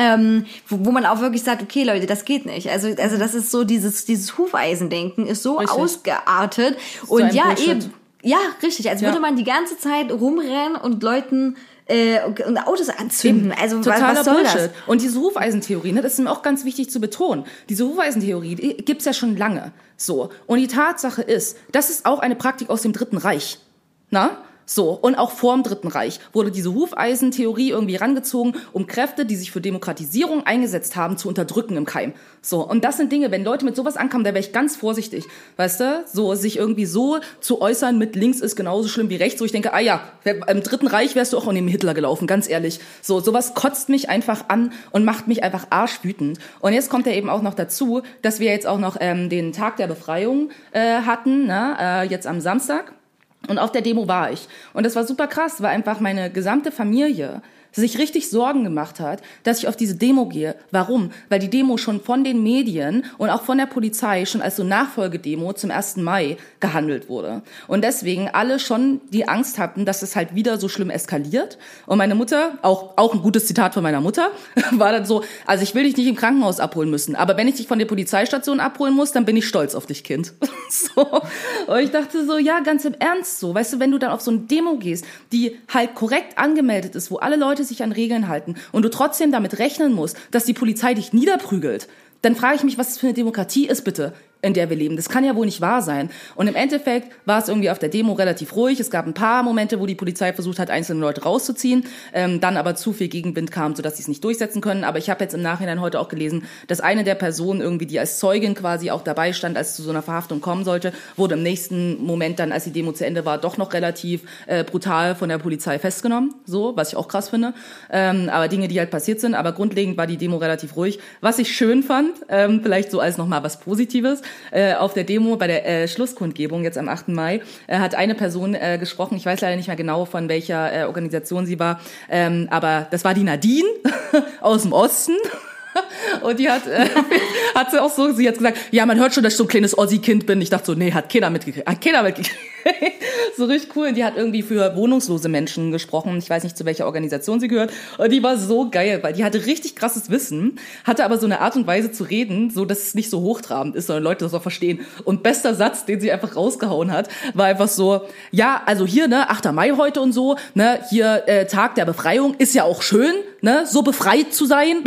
Wo man auch wirklich sagt, okay, Leute, das geht nicht. Also das ist so dieses Hufeisendenken ist so richtig. Ausgeartet so und ja, Bullshit. Eben. Ja, richtig, als würde man die ganze Zeit rumrennen und Leuten und Autos anzünden. Also totaler was soll Bullshit. Das? Und diese Hufeisentheorie, ne, das ist mir auch ganz wichtig zu betonen. Diese Hufeisentheorie gibt's ja schon lange. So. Und die Tatsache ist, das ist auch eine Praktik aus dem Dritten Reich. Na? So, und auch vor dem Dritten Reich wurde diese Hufeisentheorie irgendwie rangezogen, um Kräfte, die sich für Demokratisierung eingesetzt haben, zu unterdrücken im Keim. So, und das sind Dinge, wenn Leute mit sowas ankommen, da wäre ich ganz vorsichtig, weißt du? So, sich irgendwie so zu äußern mit links ist genauso schlimm wie rechts, wo ich denke, im Dritten Reich wärst du auch an dem Hitler gelaufen, ganz ehrlich. So, sowas kotzt mich einfach an und macht mich einfach arschwütend. Und jetzt kommt ja eben auch noch dazu, dass wir jetzt auch noch den Tag der Befreiung hatten, ne? Jetzt am Samstag. Und auf der Demo war ich. Und das war super krass, weil einfach meine gesamte Familie sich richtig Sorgen gemacht hat, dass ich auf diese Demo gehe. Warum? Weil die Demo schon von den Medien und auch von der Polizei schon als so Nachfolgedemo zum 1. Mai gehandelt wurde. Und deswegen alle schon die Angst hatten, dass es halt wieder so schlimm eskaliert. Und meine Mutter, auch ein gutes Zitat von meiner Mutter, war dann so, also ich will dich nicht im Krankenhaus abholen müssen, aber wenn ich dich von der Polizeistation abholen muss, dann bin ich stolz auf dich, Kind. So. Und ich dachte so, ja, ganz im Ernst so. Weißt du, wenn du dann auf so eine Demo gehst, die halt korrekt angemeldet ist, wo alle Leute sich an Regeln halten und du trotzdem damit rechnen musst, dass die Polizei dich niederprügelt, dann frage ich mich, was das für eine Demokratie ist, bitte. in der wir leben. Das kann ja wohl nicht wahr sein. Und im Endeffekt war es irgendwie auf der Demo relativ ruhig. Es gab ein paar Momente, wo die Polizei versucht hat, einzelne Leute rauszuziehen, dann aber zu viel Gegenwind kam, sodass sie es nicht durchsetzen können. Aber ich habe jetzt im Nachhinein heute auch gelesen, dass eine der Personen irgendwie, die als Zeugin quasi auch dabei stand, als es zu so einer Verhaftung kommen sollte, wurde im nächsten Moment dann, als die Demo zu Ende war, doch noch relativ brutal von der Polizei festgenommen. So, was ich auch krass finde. Aber Dinge, die halt passiert sind. Aber grundlegend war die Demo relativ ruhig. Was ich schön fand, vielleicht so als nochmal was Positives, auf der Demo bei der Schlusskundgebung jetzt am 8. Mai hat eine Person gesprochen, ich weiß leider nicht mehr genau, von welcher Organisation sie war, aber das war die Nadine aus dem Osten. Und die hat sie auch so, sie hat gesagt, ja, man hört schon, dass ich so ein kleines Ossi-Kind bin. Ich dachte so, nee, hat keiner mitgekriegt. So richtig cool. Die hat irgendwie für wohnungslose Menschen gesprochen. Ich weiß nicht, zu welcher Organisation sie gehört. Und die war so geil, weil die hatte richtig krasses Wissen, hatte aber so eine Art und Weise zu reden, so dass es nicht so hochtrabend ist, sondern Leute das auch verstehen. Und bester Satz, den sie einfach rausgehauen hat, war einfach so, ja, also hier, ne, 8. Mai heute und so, ne, hier Tag der Befreiung, ist ja auch schön, ne, so befreit zu sein.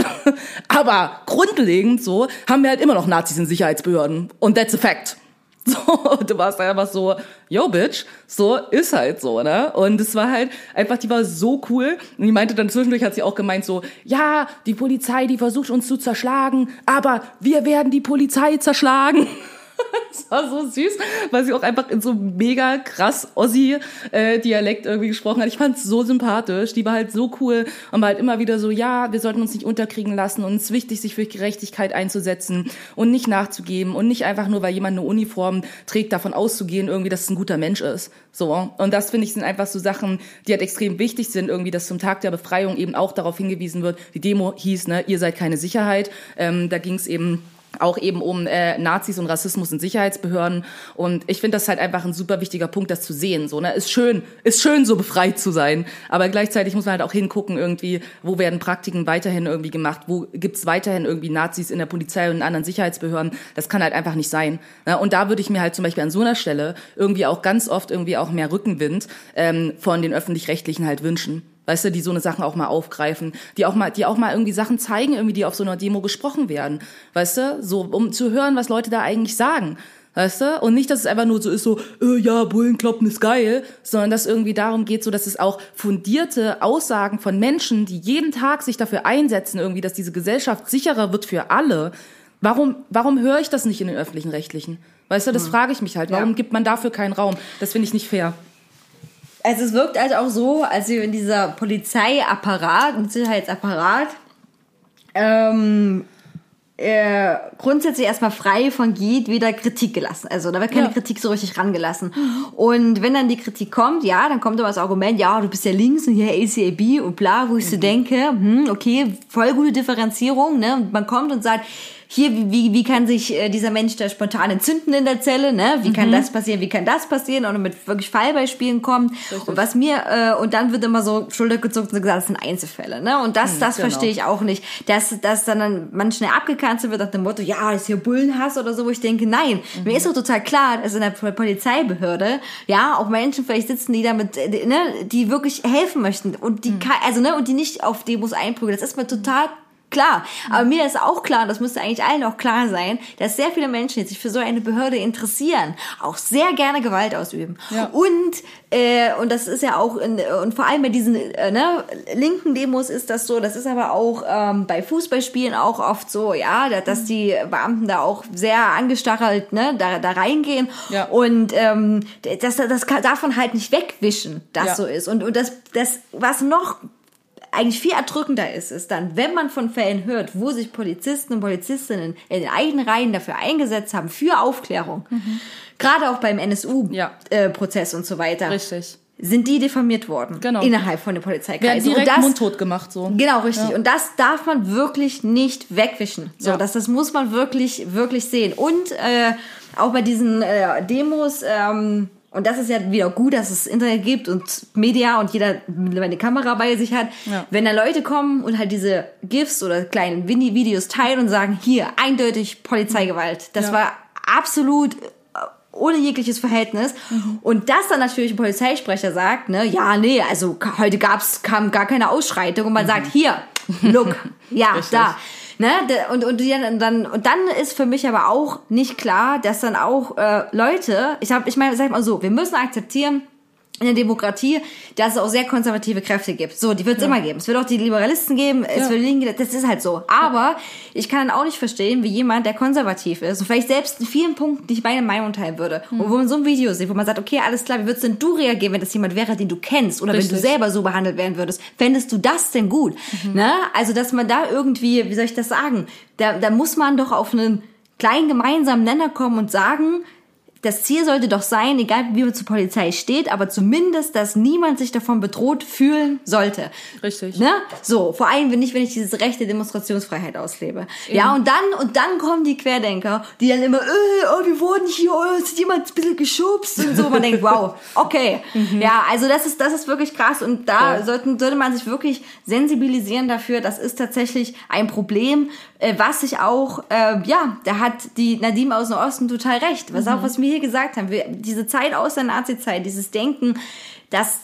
Aber grundlegend so haben wir halt immer noch Nazis in Sicherheitsbehörden. Und that's a fact. So, du warst einfach so, yo, bitch, so ist halt so, ne? Und es war halt einfach, die war so cool. Und die meinte dann zwischendurch, hat sie auch gemeint so, ja, die Polizei, die versucht uns zu zerschlagen, aber wir werden die Polizei zerschlagen. Das war so süß, weil sie auch einfach in so mega krass Ossi-Dialekt irgendwie gesprochen hat. Ich fand's so sympathisch. Die war halt so cool und war halt immer wieder so, ja, wir sollten uns nicht unterkriegen lassen und es ist wichtig, sich für Gerechtigkeit einzusetzen und nicht nachzugeben und nicht einfach nur, weil jemand eine Uniform trägt, davon auszugehen, irgendwie, dass es ein guter Mensch ist. So. Und das, finde ich, sind einfach so Sachen, die halt extrem wichtig sind, irgendwie, dass zum Tag der Befreiung eben auch darauf hingewiesen wird. Die Demo hieß, ne, ihr seid keine Sicherheit. Da ging's eben auch eben um Nazis und Rassismus in Sicherheitsbehörden. Und ich finde das halt einfach ein super wichtiger Punkt, das zu sehen. So, ne? Ist schön, so befreit zu sein. Aber gleichzeitig muss man halt auch hingucken, irgendwie, wo werden Praktiken weiterhin irgendwie gemacht? Wo gibt's weiterhin irgendwie Nazis in der Polizei und in anderen Sicherheitsbehörden? Das kann halt einfach nicht sein. Ne? Und da würde ich mir halt zum Beispiel an so einer Stelle irgendwie auch ganz oft irgendwie auch mehr Rückenwind von den Öffentlich-Rechtlichen halt wünschen. Weißt du, die so eine Sachen auch mal aufgreifen, die auch mal irgendwie Sachen zeigen, irgendwie, die auf so einer Demo gesprochen werden. Weißt du, so, um zu hören, was Leute da eigentlich sagen. Weißt du? Und nicht, dass es einfach nur so ist, so, ja, Bullenkloppen ist geil, sondern dass irgendwie darum geht, so, dass es auch fundierte Aussagen von Menschen, die jeden Tag sich dafür einsetzen, irgendwie, dass diese Gesellschaft sicherer wird für alle. Warum höre ich das nicht in den öffentlichen Rechtlichen? Weißt du, das frage ich mich halt. Warum gibt man dafür keinen Raum? Das finde ich nicht fair. Also es wirkt halt auch so, als wenn dieser Polizeiapparat und Sicherheitsapparat grundsätzlich erstmal frei von jedweder Kritik gelassen. Also da wird keine Kritik so richtig rangelassen. Und wenn dann die Kritik kommt, ja, dann kommt immer das Argument, ja, du bist ja links und hier ACAB und bla, wo ich so denke, okay, voll gute Differenzierung, ne? Und man kommt und sagt, hier, wie kann sich dieser Mensch da spontan entzünden in der Zelle, ne? Wie kann das passieren, wie kann das passieren? Und mit wirklich Fallbeispielen kommt. Richtig. Und was mir, und dann wird immer so Schultergezuckt und gesagt, das sind Einzelfälle, ne? Und das verstehe ich auch nicht. Dass dann man schnell abgekanzelt wird nach dem Motto, ja, das ist hier Bullenhass oder so, wo ich denke, nein. Mir ist doch total klar, dass in der Polizeibehörde, ja, auch Menschen vielleicht sitzen, die damit, ne, die wirklich helfen möchten und die, also, ne, und die nicht auf Demos einprügeln. Das ist mir total klar, aber mir ist auch klar, das müsste eigentlich allen auch klar sein, dass sehr viele Menschen, die sich für so eine Behörde interessieren, auch sehr gerne Gewalt ausüben. Ja. Und das ist ja auch, und vor allem bei diesen linken Demos ist das so, das ist aber auch bei Fußballspielen auch oft so, ja, dass die Beamten da auch sehr angestachelt da reingehen. Ja. Und das darf man halt nicht wegwischen, dass so ist. Und das, was noch eigentlich viel erdrückender ist dann, wenn man von Fällen hört, wo sich Polizisten und Polizistinnen in den eigenen Reihen dafür eingesetzt haben, für Aufklärung, gerade auch beim NSU-Prozess und so weiter. Richtig. Sind die diffamiert worden. Genau. Innerhalb von den Polizeikreisen. Werden direkt mundtot gemacht, so. Genau, richtig. Ja. Und das darf man wirklich nicht wegwischen. So, das muss man wirklich, wirklich sehen. Und auch bei diesen Demos, und das ist ja wieder gut, dass es Internet gibt und Media und jeder eine Kamera bei sich hat. Ja. Wenn da Leute kommen und halt diese GIFs oder kleinen Videos teilen und sagen, hier, eindeutig Polizeigewalt. Das war absolut ohne jegliches Verhältnis. Und dass dann natürlich ein Polizeisprecher sagt, ne, ja, nee, also heute kam gar keine Ausschreitung und man sagt, hier, look, ja, da. Ne? Und dann ist für mich aber auch nicht klar, dass dann auch Leute, ich meine, sag mal so, wir müssen akzeptieren, in der Demokratie, dass es auch sehr konservative Kräfte gibt. So, die wird es immer geben. Es wird auch die Liberalisten geben, es wird Linke, das ist halt so. Aber ich kann auch nicht verstehen, wie jemand, der konservativ ist und vielleicht selbst in vielen Punkten nicht meine Meinung teilen würde. Und wo man so ein Video sieht, wo man sagt, okay, alles klar, wie würdest denn du reagieren, wenn das jemand wäre, den du kennst? Oder wenn du selber so behandelt werden würdest? Fändest du das denn gut? Ne? Also, dass man da irgendwie, wie soll ich das sagen? Da muss man doch auf einen kleinen gemeinsamen Nenner kommen und sagen, das Ziel sollte doch sein, egal wie man zur Polizei steht, aber zumindest, dass niemand sich davon bedroht fühlen sollte. Richtig. Ne? So, vor allem wenn ich dieses Recht der Demonstrationsfreiheit auslebe. Eben. Ja, und dann kommen die Querdenker, die dann immer, wir wurden hier, es hat jemand ein bisschen geschubst und so. Man denkt, wow, okay. Ja, also das ist wirklich krass und da sollte man sich wirklich sensibilisieren dafür, das ist tatsächlich ein Problem, was sich auch, da hat die Nadim aus dem Osten total recht. Was wir hier gesagt haben, diese Zeit aus der Nazi-Zeit, dieses Denken, das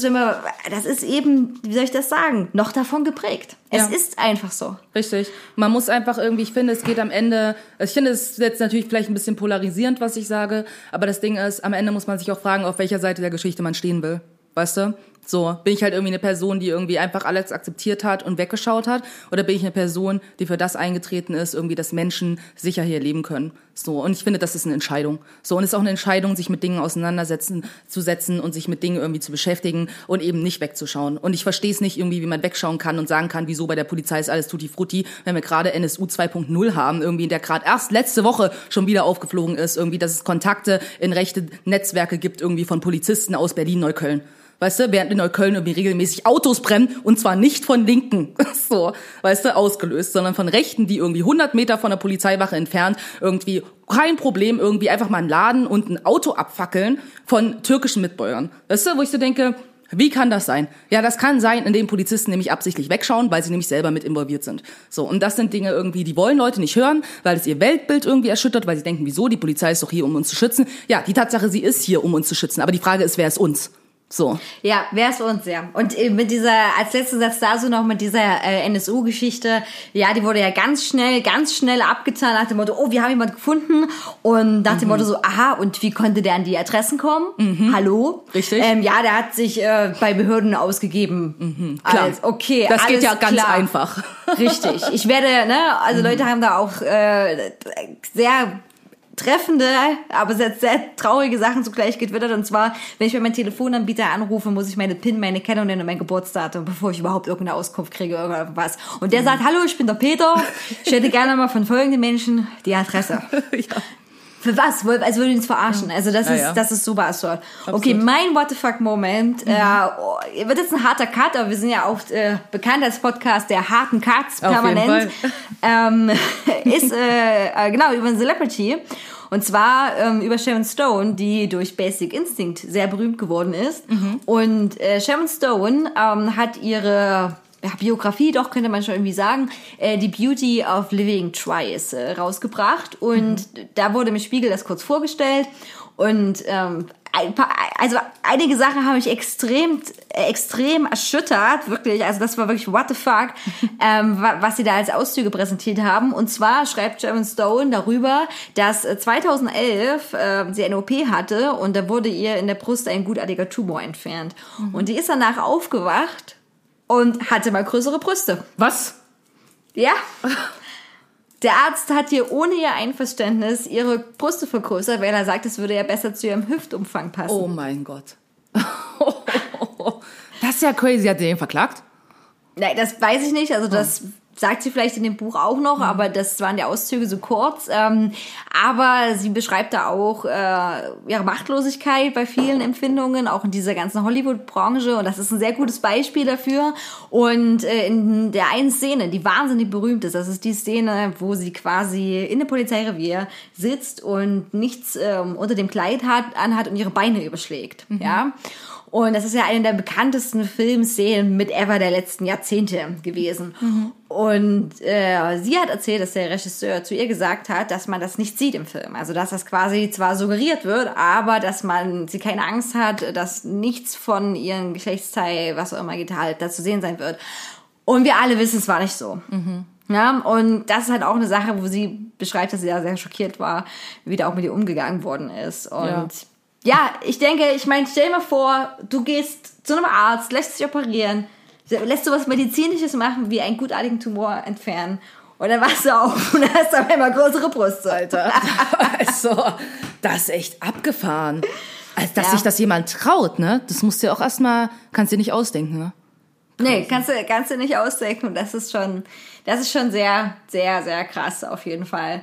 ist eben, wie soll ich das sagen, noch davon geprägt. Es ist einfach so. Richtig. Man muss einfach irgendwie, ich finde, es geht am Ende, ich finde, es ist jetzt natürlich vielleicht ein bisschen polarisierend, was ich sage, aber das Ding ist, am Ende muss man sich auch fragen, auf welcher Seite der Geschichte man stehen will. Weißt du? So, bin ich halt irgendwie eine Person, die irgendwie einfach alles akzeptiert hat und weggeschaut hat? Oder bin ich eine Person, die für das eingetreten ist, irgendwie, dass Menschen sicher hier leben können? So, und ich finde, das ist eine Entscheidung. So, und es ist auch eine Entscheidung, sich mit Dingen zu setzen und sich mit Dingen irgendwie zu beschäftigen und eben nicht wegzuschauen. Und ich verstehe es nicht irgendwie, wie man wegschauen kann und sagen kann, wieso bei der Polizei ist alles tutti frutti, wenn wir gerade NSU 2.0 haben, irgendwie, der gerade erst letzte Woche schon wieder aufgeflogen ist, irgendwie, dass es Kontakte in rechte Netzwerke gibt, irgendwie von Polizisten aus Berlin-Neukölln. Weißt du, während in Neukölln irgendwie regelmäßig Autos brennen und zwar nicht von Linken, so, weißt du, ausgelöst, sondern von Rechten, die irgendwie 100 Meter von der Polizeiwache entfernt irgendwie kein Problem irgendwie einfach mal einen Laden und ein Auto abfackeln von türkischen Mitbürgern. Weißt du, wo ich so denke, wie kann das sein? Ja, das kann sein, indem Polizisten nämlich absichtlich wegschauen, weil sie nämlich selber mit involviert sind. So, und das sind Dinge irgendwie, die wollen Leute nicht hören, weil es ihr Weltbild irgendwie erschüttert, weil sie denken, wieso, die Polizei ist doch hier, um uns zu schützen. Ja, die Tatsache, sie ist hier, um uns zu schützen, aber die Frage ist, wer ist uns? So. Ja, wer ist uns, ja. Und mit als letzten Satz da so noch mit dieser NSU-Geschichte, ja, die wurde ja ganz schnell abgetan nach dem Motto, oh, wir haben jemanden gefunden und nach dem Motto so, aha, und wie konnte der an die Adressen kommen? Hallo? Richtig. Ja, der hat sich bei Behörden ausgegeben. Klar. Okay, das alles geht ja ganz klar. einfach. Richtig. Ich werde, also Leute haben da auch sehr treffende, aber sehr traurige Sachen zugleich getwittert. Und zwar, wenn ich bei meinem Telefonanbieter anrufe, muss ich meine PIN, meine Kennung nennen und mein Geburtsdatum, bevor ich überhaupt irgendeine Auskunft kriege oder irgendwas. Und der sagt, hallo, ich bin der Peter. Ich hätte gerne mal von folgenden Menschen die Adresse. Ja. Für was? Als würde ich uns verarschen. Also das ist super absurd. Okay, mein What the fuck Moment wird jetzt ein harter Cut, aber wir sind ja auch bekannt als Podcast der harten Cuts permanent. Ist genau über ein Celebrity. Und zwar über Sharon Stone, die durch Basic Instinct sehr berühmt geworden ist. Und Sharon Stone hat ihre Biografie, doch, könnte man schon irgendwie sagen, die Beauty of Living Twice rausgebracht. Und da wurde im Spiegel das kurz vorgestellt. Und also einige Sachen haben mich extrem erschüttert, wirklich. Also das war wirklich what the fuck, was sie da als Auszüge präsentiert haben. Und zwar schreibt Sharon Stone darüber, dass 2011 sie eine OP hatte und da wurde ihr in der Brust ein gutartiger Tumor entfernt. Und die ist danach aufgewacht und hatte mal größere Brüste. Was? Ja. Der Arzt hat ihr ohne ihr Einverständnis ihre Brüste vergrößert, weil er sagt, es würde ja besser zu ihrem Hüftumfang passen. Oh mein Gott. Das ist ja crazy. Hat sie den verklagt? Nein, das weiß ich nicht. Also das sagt sie vielleicht in dem Buch auch noch, aber das waren die Auszüge so kurz. Aber sie beschreibt da auch ihre Machtlosigkeit bei vielen Empfindungen, auch in dieser ganzen Hollywood-Branche. Und das ist ein sehr gutes Beispiel dafür. Und in der einen Szene, die wahnsinnig berühmt ist, das ist die Szene, wo sie quasi in dem Polizeirevier sitzt und nichts unter dem Kleid anhat und ihre Beine überschlägt. Ja. Und das ist ja eine der bekanntesten Filmszenen mit ever der letzten Jahrzehnte gewesen. Und sie hat erzählt, dass der Regisseur zu ihr gesagt hat, dass man das nicht sieht im Film. Also dass das quasi zwar suggeriert wird, aber dass sie keine Angst hat, dass nichts von ihrem Geschlechtsteil, was auch immer geht, halt da zu sehen sein wird. Und wir alle wissen, es war nicht so. Ja, und das ist halt auch eine Sache, wo sie beschreibt, dass sie da sehr schockiert war, wie da auch mit ihr umgegangen worden ist. Und ja, ich denke, stell dir mal vor, du gehst zu einem Arzt, lässt dich operieren, lässt du was Medizinisches machen, wie einen gutartigen Tumor entfernen. Und dann wachst du auf und hast auf einmal größere Brüste. Alter. Also, das ist echt abgefahren. Also, dass sich das jemand traut, ne? Das musst du ja auch erstmal, kannst du dir nicht ausdenken, ne? Nee, kannst du nicht ausdenken. Und das ist schon sehr, sehr, sehr krass auf jeden Fall.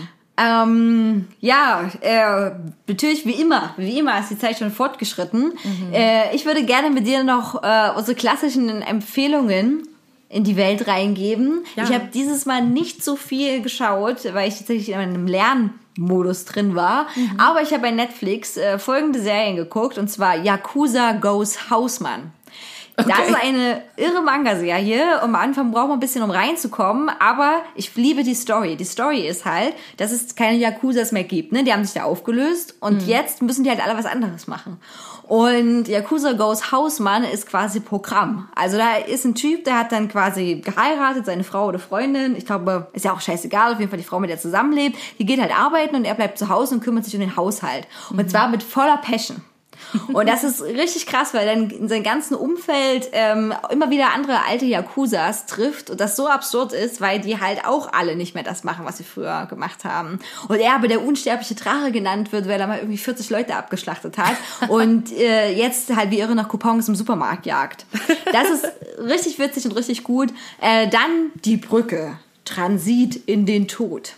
Natürlich wie immer ist die Zeit schon fortgeschritten. Ich würde gerne mit dir noch unsere klassischen Empfehlungen in die Welt reingeben. Ja. Ich habe dieses Mal nicht so viel geschaut, weil ich tatsächlich in einem Lernmodus drin war. Aber ich habe bei Netflix folgende Serien geguckt, und zwar Yakuza Goes Hausmann. Okay. Das ist eine irre Manga-Serie. Am Anfang braucht man ein bisschen, um reinzukommen, aber ich liebe die Story. Die Story ist halt, dass es keine Yakuzas mehr gibt. Ne? Die haben sich da aufgelöst und jetzt müssen die halt alle was anderes machen. Und Yakuza Goes Hausmann ist quasi Programm. Also da ist ein Typ, der hat dann quasi geheiratet, seine Frau oder Freundin. Ich glaube, ist ja auch scheißegal, auf jeden Fall die Frau, mit der er zusammenlebt. Die geht halt arbeiten und er bleibt zu Hause und kümmert sich um den Haushalt. Und zwar mit voller Passion. Und das ist richtig krass, weil dann in seinem ganzen Umfeld immer wieder andere alte Yakuzas trifft und das so absurd ist, weil die halt auch alle nicht mehr das machen, was sie früher gemacht haben. Und er aber der unsterbliche Drache genannt wird, weil er mal irgendwie 40 Leute abgeschlachtet hat und jetzt halt wie irre nach Coupons im Supermarkt jagt. Das ist richtig witzig und richtig gut. Dann die Brücke. Transit in den Tod.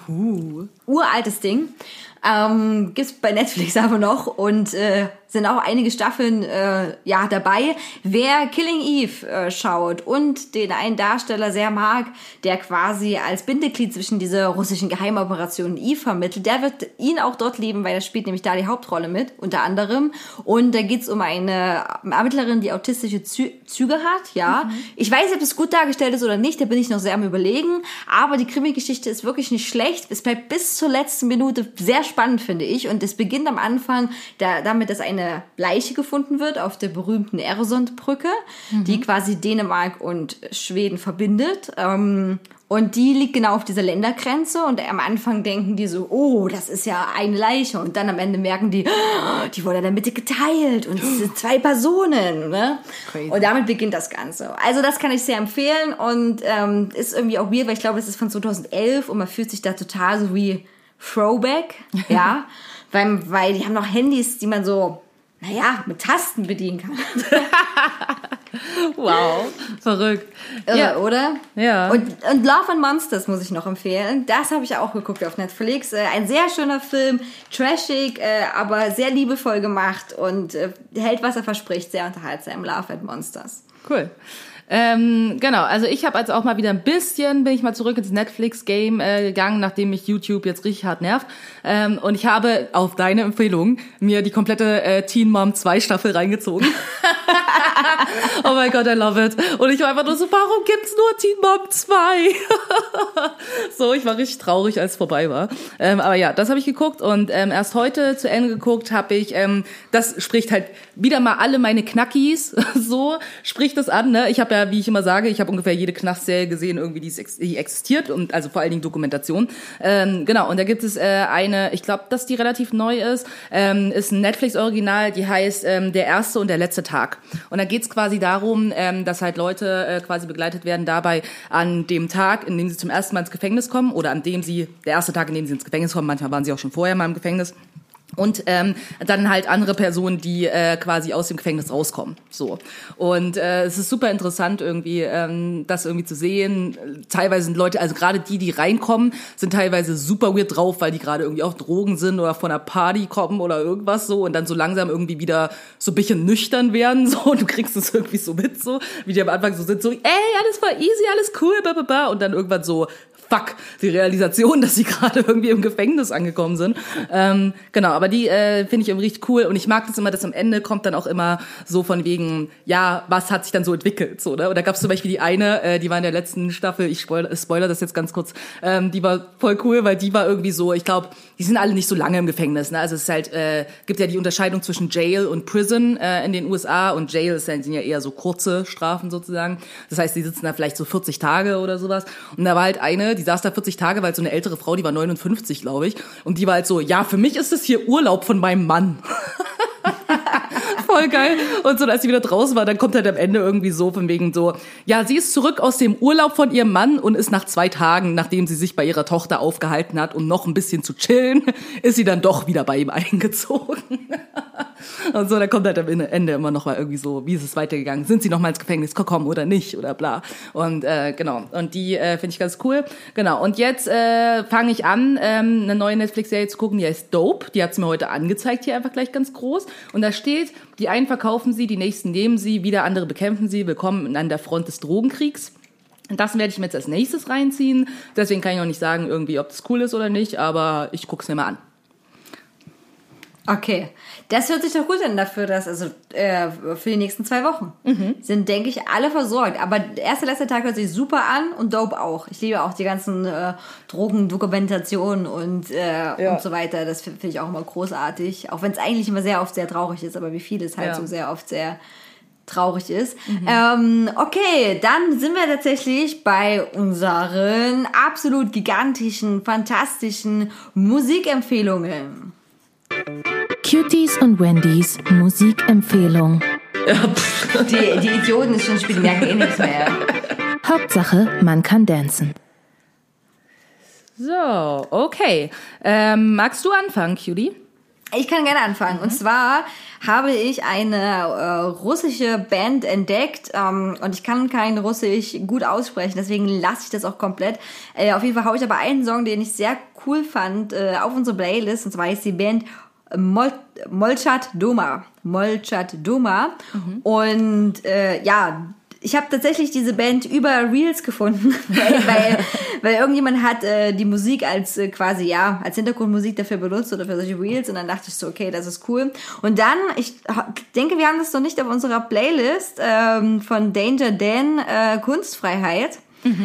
Uraltes Ding. Gibt's bei Netflix aber noch und sind auch einige Staffeln dabei. Wer Killing Eve schaut und den einen Darsteller sehr mag, der quasi als Bindeglied zwischen dieser russischen Geheimoperation Eve vermittelt, der wird ihn auch dort lieben, weil er spielt nämlich da die Hauptrolle mit, unter anderem. Und da geht's um eine Ermittlerin, die autistische Züge hat, ja. Ich weiß nicht, ob das gut dargestellt ist oder nicht, da bin ich noch sehr am Überlegen, aber die Krimi-Geschichte ist wirklich nicht schlecht. Es bleibt bis zur letzten Minute sehr spannend, finde ich. Und es beginnt am Anfang damit, dass eine Leiche gefunden wird auf der berühmten Eresund-Brücke, die quasi Dänemark und Schweden verbindet. Und die liegt genau auf dieser Ländergrenze und am Anfang denken die so, oh, das ist ja eine Leiche. Und dann am Ende merken die, die wurde in der Mitte geteilt und es sind 2 Personen. Ne? Und damit beginnt das Ganze. Also das kann ich sehr empfehlen und ist irgendwie auch weird, weil ich glaube, es ist von 2011 und man fühlt sich da total so wie Throwback, ja, weil die haben noch Handys, die man so, mit Tasten bedienen kann. Wow, verrückt. Irre, ja, oder? Ja. Und Love and Monsters muss ich noch empfehlen. Das habe ich auch geguckt auf Netflix. Ein sehr schöner Film, trashig, aber sehr liebevoll gemacht und hält, was er verspricht, sehr unterhaltsam. Love and Monsters. Cool. Genau, also ich habe auch mal wieder bin ich mal zurück ins Netflix-Game gegangen, nachdem mich YouTube jetzt richtig hart nervt. Und ich habe auf deine Empfehlung mir die komplette Teen Mom 2 Staffel reingezogen. Oh mein Gott, I love it. Und ich war einfach nur so, warum gibt's nur Teen Mom 2? So, ich war richtig traurig, als es vorbei war. Aber ja, das habe ich geguckt und erst heute zu Ende geguckt habe ich, das spricht halt wieder mal alle meine Knackis, so spricht das an, ne? Ich habe ja, wie ich immer sage, ich habe ungefähr jede Knastserie gesehen, irgendwie, die existiert und also vor allen Dingen Dokumentation. Genau, und da gibt es eine, ich glaube, dass die relativ neu ist ein Netflix-Original, die heißt Der erste und der letzte Tag. Und da geht's quasi darum, dass halt Leute quasi begleitet werden dabei an dem Tag, in dem sie zum ersten Mal ins Gefängnis kommen oder der erste Tag, in dem sie ins Gefängnis kommen, manchmal waren sie auch schon vorher mal im Gefängnis. Und dann halt andere Personen, die quasi aus dem Gefängnis rauskommen. So. Und es ist super interessant irgendwie, das irgendwie zu sehen. Teilweise sind Leute, also gerade die reinkommen, sind teilweise super weird drauf, weil die gerade irgendwie auf Drogen sind oder von einer Party kommen oder irgendwas so und dann so langsam irgendwie wieder so ein bisschen nüchtern werden. So, und du kriegst es irgendwie so mit, so, wie die am Anfang so sind, so, ey, alles voll easy, alles cool, bla bla bla. Und dann irgendwann so, fuck, die Realisation, dass sie gerade irgendwie im Gefängnis angekommen sind. Genau, aber die finde ich irgendwie richtig cool und ich mag das immer, dass am Ende kommt dann auch immer so von wegen, ja, was hat sich dann so entwickelt, so, ne? Und da gab es zum Beispiel die eine, die war in der letzten Staffel, ich spoiler das jetzt ganz kurz, die war voll cool, weil die war irgendwie so, ich glaube, die sind alle nicht so lange im Gefängnis, ne? Also es ist halt, gibt ja die Unterscheidung zwischen Jail und Prison in den USA und Jail sind ja eher so kurze Strafen sozusagen. Das heißt, die sitzen da vielleicht so 40 Tage oder sowas. Und da war halt eine, die saß da 40 Tage, weil so eine ältere Frau, die war 59, glaube ich. Und die war halt so, ja, für mich ist das hier Urlaub von meinem Mann. Voll geil. Und so, als sie wieder draußen war, dann kommt halt am Ende irgendwie so von wegen so, ja, sie ist zurück aus dem Urlaub von ihrem Mann und ist nach 2 Tagen, nachdem sie sich bei ihrer Tochter aufgehalten hat, um noch ein bisschen zu chillen, ist sie dann doch wieder bei ihm eingezogen. Und so, da kommt halt am Ende immer noch mal irgendwie so, wie ist es weitergegangen? Sind sie noch mal ins Gefängnis gekommen oder nicht? Oder bla. Und genau, und die finde ich ganz cool. Genau, und jetzt fange ich an, eine neue Netflix-Serie zu gucken, die heißt Dope. Die hat's mir heute angezeigt, hier einfach gleich ganz groß. Und da steht, die einen verkaufen sie, die nächsten nehmen sie, wieder andere bekämpfen sie, willkommen an der Front des Drogenkriegs. Und das werde ich mir jetzt als nächstes reinziehen. Deswegen kann ich noch nicht sagen, irgendwie, ob das cool ist oder nicht, aber ich guck's mir mal an. Okay, das hört sich doch gut an dafür, dass also für die nächsten 2 Wochen sind, denke ich, alle versorgt. Aber der erste letzte Tag hört sich super an und Dope auch. Ich liebe auch die ganzen Drogendokumentationen und so weiter. Das finde ich auch immer großartig. Auch wenn es eigentlich immer sehr oft sehr traurig ist, aber wie viel es halt so sehr oft sehr traurig ist. Okay, dann sind wir tatsächlich bei unseren absolut gigantischen, fantastischen Musikempfehlungen. Cuties und Wendys Musikempfehlung. Die Idioten ist schon spielen, merken eh nichts mehr. Hauptsache, man kann dancen. So, okay. Magst du anfangen, Cutie? Ich kann gerne anfangen. Und zwar habe ich eine russische Band entdeckt und ich kann kein Russisch gut aussprechen, deswegen lasse ich das auch komplett. Auf jeden Fall habe ich aber einen Song, den ich sehr cool fand, auf unsere Playlist, und zwar ist die Band Molchat Doma. Und ich habe tatsächlich diese Band über Reels gefunden, weil irgendjemand hat die Musik als quasi, als Hintergrundmusik dafür benutzt oder für solche Reels, und dann dachte ich so, okay, das ist cool. Und dann, ich denke, wir haben das noch nicht auf unserer Playlist von Danger Dan, Kunstfreiheit.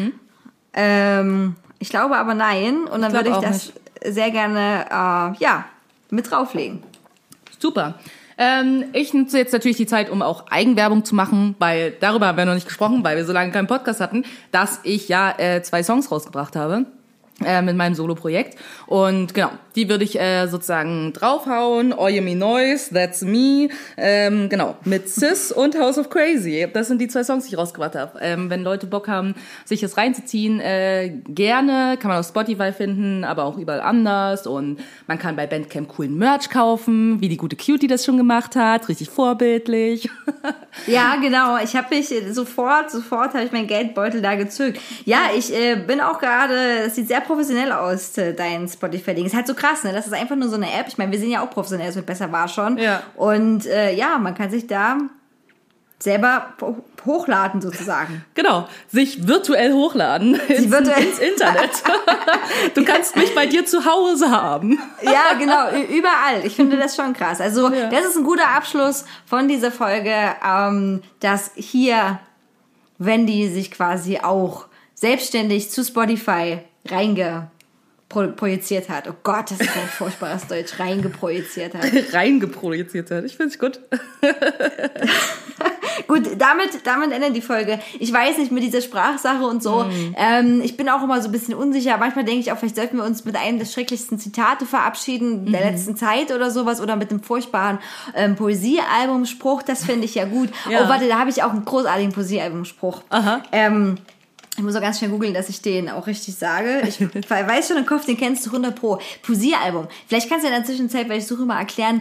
Ich glaube aber nein, und dann würde ich das sehr gerne mit drauflegen. Super. Ich nutze jetzt natürlich die Zeit, um auch Eigenwerbung zu machen, weil darüber haben wir noch nicht gesprochen, weil wir so lange keinen Podcast hatten, dass ich 2 Songs rausgebracht habe mit meinem Solo-Projekt. Und genau, die würde ich sozusagen draufhauen. Oyemi Noise, That's Me, genau, mit Sis und House of Crazy. Das sind die 2 Songs, die ich rausgebracht habe. Wenn Leute Bock haben, sich das reinzuziehen, gerne, kann man auf Spotify finden, aber auch überall anders. Und man kann bei Bandcamp coolen Merch kaufen, wie die gute Cutie das schon gemacht hat, richtig vorbildlich. Ja, genau, ich habe mich sofort habe ich meinen Geldbeutel da gezückt. Ja, ich bin auch gerade, es sieht sehr professionell aus, dein Spotify-Ding. Ist halt so krass, ne? Das ist einfach nur so eine App. Ich meine, wir sind ja auch professionell, es wird besser war schon. Ja. Und man kann sich da selber hochladen sozusagen. Genau, sich virtuell hochladen ins Internet. Du kannst mich bei dir zu Hause haben. Ja, genau, überall. Ich finde das schon krass. Also das ist ein guter Abschluss von dieser Folge, dass hier Wendy sich quasi auch selbstständig zu Spotify reingeprojiziert hat. Oh Gott, das ist ein furchtbares Deutsch. Reingeprojiziert hat. Ich finde es gut. Gut, damit endet die Folge. Ich weiß nicht, mit dieser Sprachsache und so. Ich bin auch immer so ein bisschen unsicher. Manchmal denke ich auch, vielleicht sollten wir uns mit einem der schrecklichsten Zitate verabschieden der letzten Zeit oder sowas. Oder mit dem furchtbaren Poesiealbumspruch. Das finde ich ja gut. Ja. Oh, warte, da habe ich auch einen großartigen Poesiealbumspruch. Aha. Ich muss auch ganz schnell googeln, dass ich den auch richtig sage. Ich weiß schon im Kopf, den kennst du 100 Pro. Poesiealbum. Vielleicht kannst du in der Zwischenzeit, weil ich suche, mal erklären,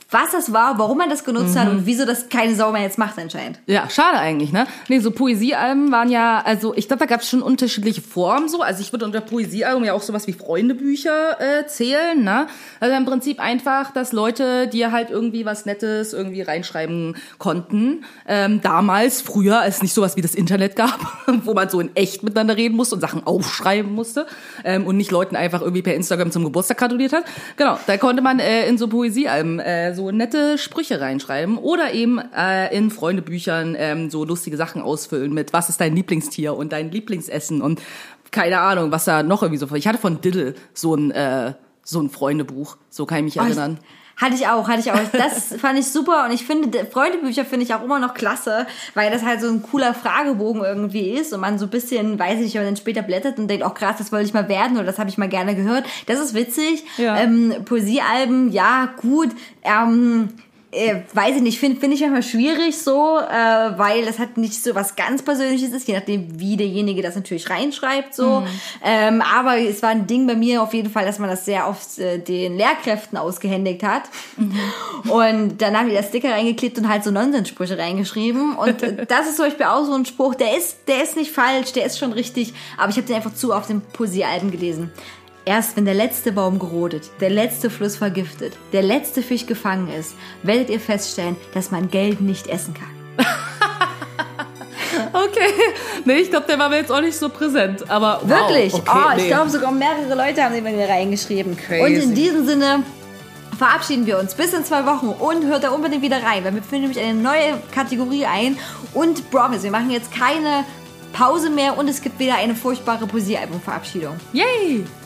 was das war, warum man das genutzt hat und wieso das keine Sau mehr jetzt macht anscheinend. Ja, schade eigentlich, ne? Nee, so Poesiealben waren ja, also ich glaube, da gab es schon unterschiedliche Formen so. Also ich würde unter Poesiealbum ja auch sowas wie Freundebücher zählen, ne? Also im Prinzip einfach, dass Leute dir halt irgendwie was Nettes irgendwie reinschreiben konnten. Damals, früher, als es nicht sowas wie das Internet gab, wo man so in echt miteinander reden musste und Sachen aufschreiben musste und nicht Leuten einfach irgendwie per Instagram zum Geburtstag gratuliert hat. Genau, da konnte man in so Poesiealben so nette Sprüche reinschreiben oder eben in Freundebüchern so lustige Sachen ausfüllen mit was ist dein Lieblingstier und dein Lieblingsessen und keine Ahnung, was da noch irgendwie so. Ich hatte von Diddle so ein Freundebuch, so kann ich mich erinnern. Hatte ich auch. Das fand ich super und ich finde, Freundebücher finde ich auch immer noch klasse, weil das halt so ein cooler Fragebogen irgendwie ist und man so ein bisschen, weiß ich nicht, wenn man dann später blättert und denkt, oh krass, das wollte ich mal werden oder das habe ich mal gerne gehört. Das ist witzig. Ja. Poesiealben, ja, gut. Weiß ich nicht, finde ich manchmal schwierig so, weil das halt nicht so was ganz Persönliches ist, je nachdem, wie derjenige das natürlich reinschreibt so. Aber es war ein Ding bei mir auf jeden Fall, dass man das sehr oft den Lehrkräften ausgehändigt hat. Und dann haben die da Sticker reingeklebt und halt so Nonsenssprüche reingeschrieben. Und das ist zum Beispiel auch so ein Spruch, der ist nicht falsch, der ist schon richtig, aber ich habe den einfach zu oft in Poesiealben gelesen. Erst wenn der letzte Baum gerodet, der letzte Fluss vergiftet, der letzte Fisch gefangen ist, werdet ihr feststellen, dass man Geld nicht essen kann. Okay. Nee, ich glaube, der war mir jetzt auch nicht so präsent. Aber wow, wirklich? Okay, ich glaube, sogar mehrere Leute haben den bei mir reingeschrieben. Crazy. Und in diesem Sinne verabschieden wir uns bis in 2 Wochen und hört da unbedingt wieder rein, weil wir führen nämlich eine neue Kategorie ein. Und Promise, wir machen jetzt keine Pause mehr und es gibt wieder eine furchtbare Poesiealbum-Verabschiedung. Yay!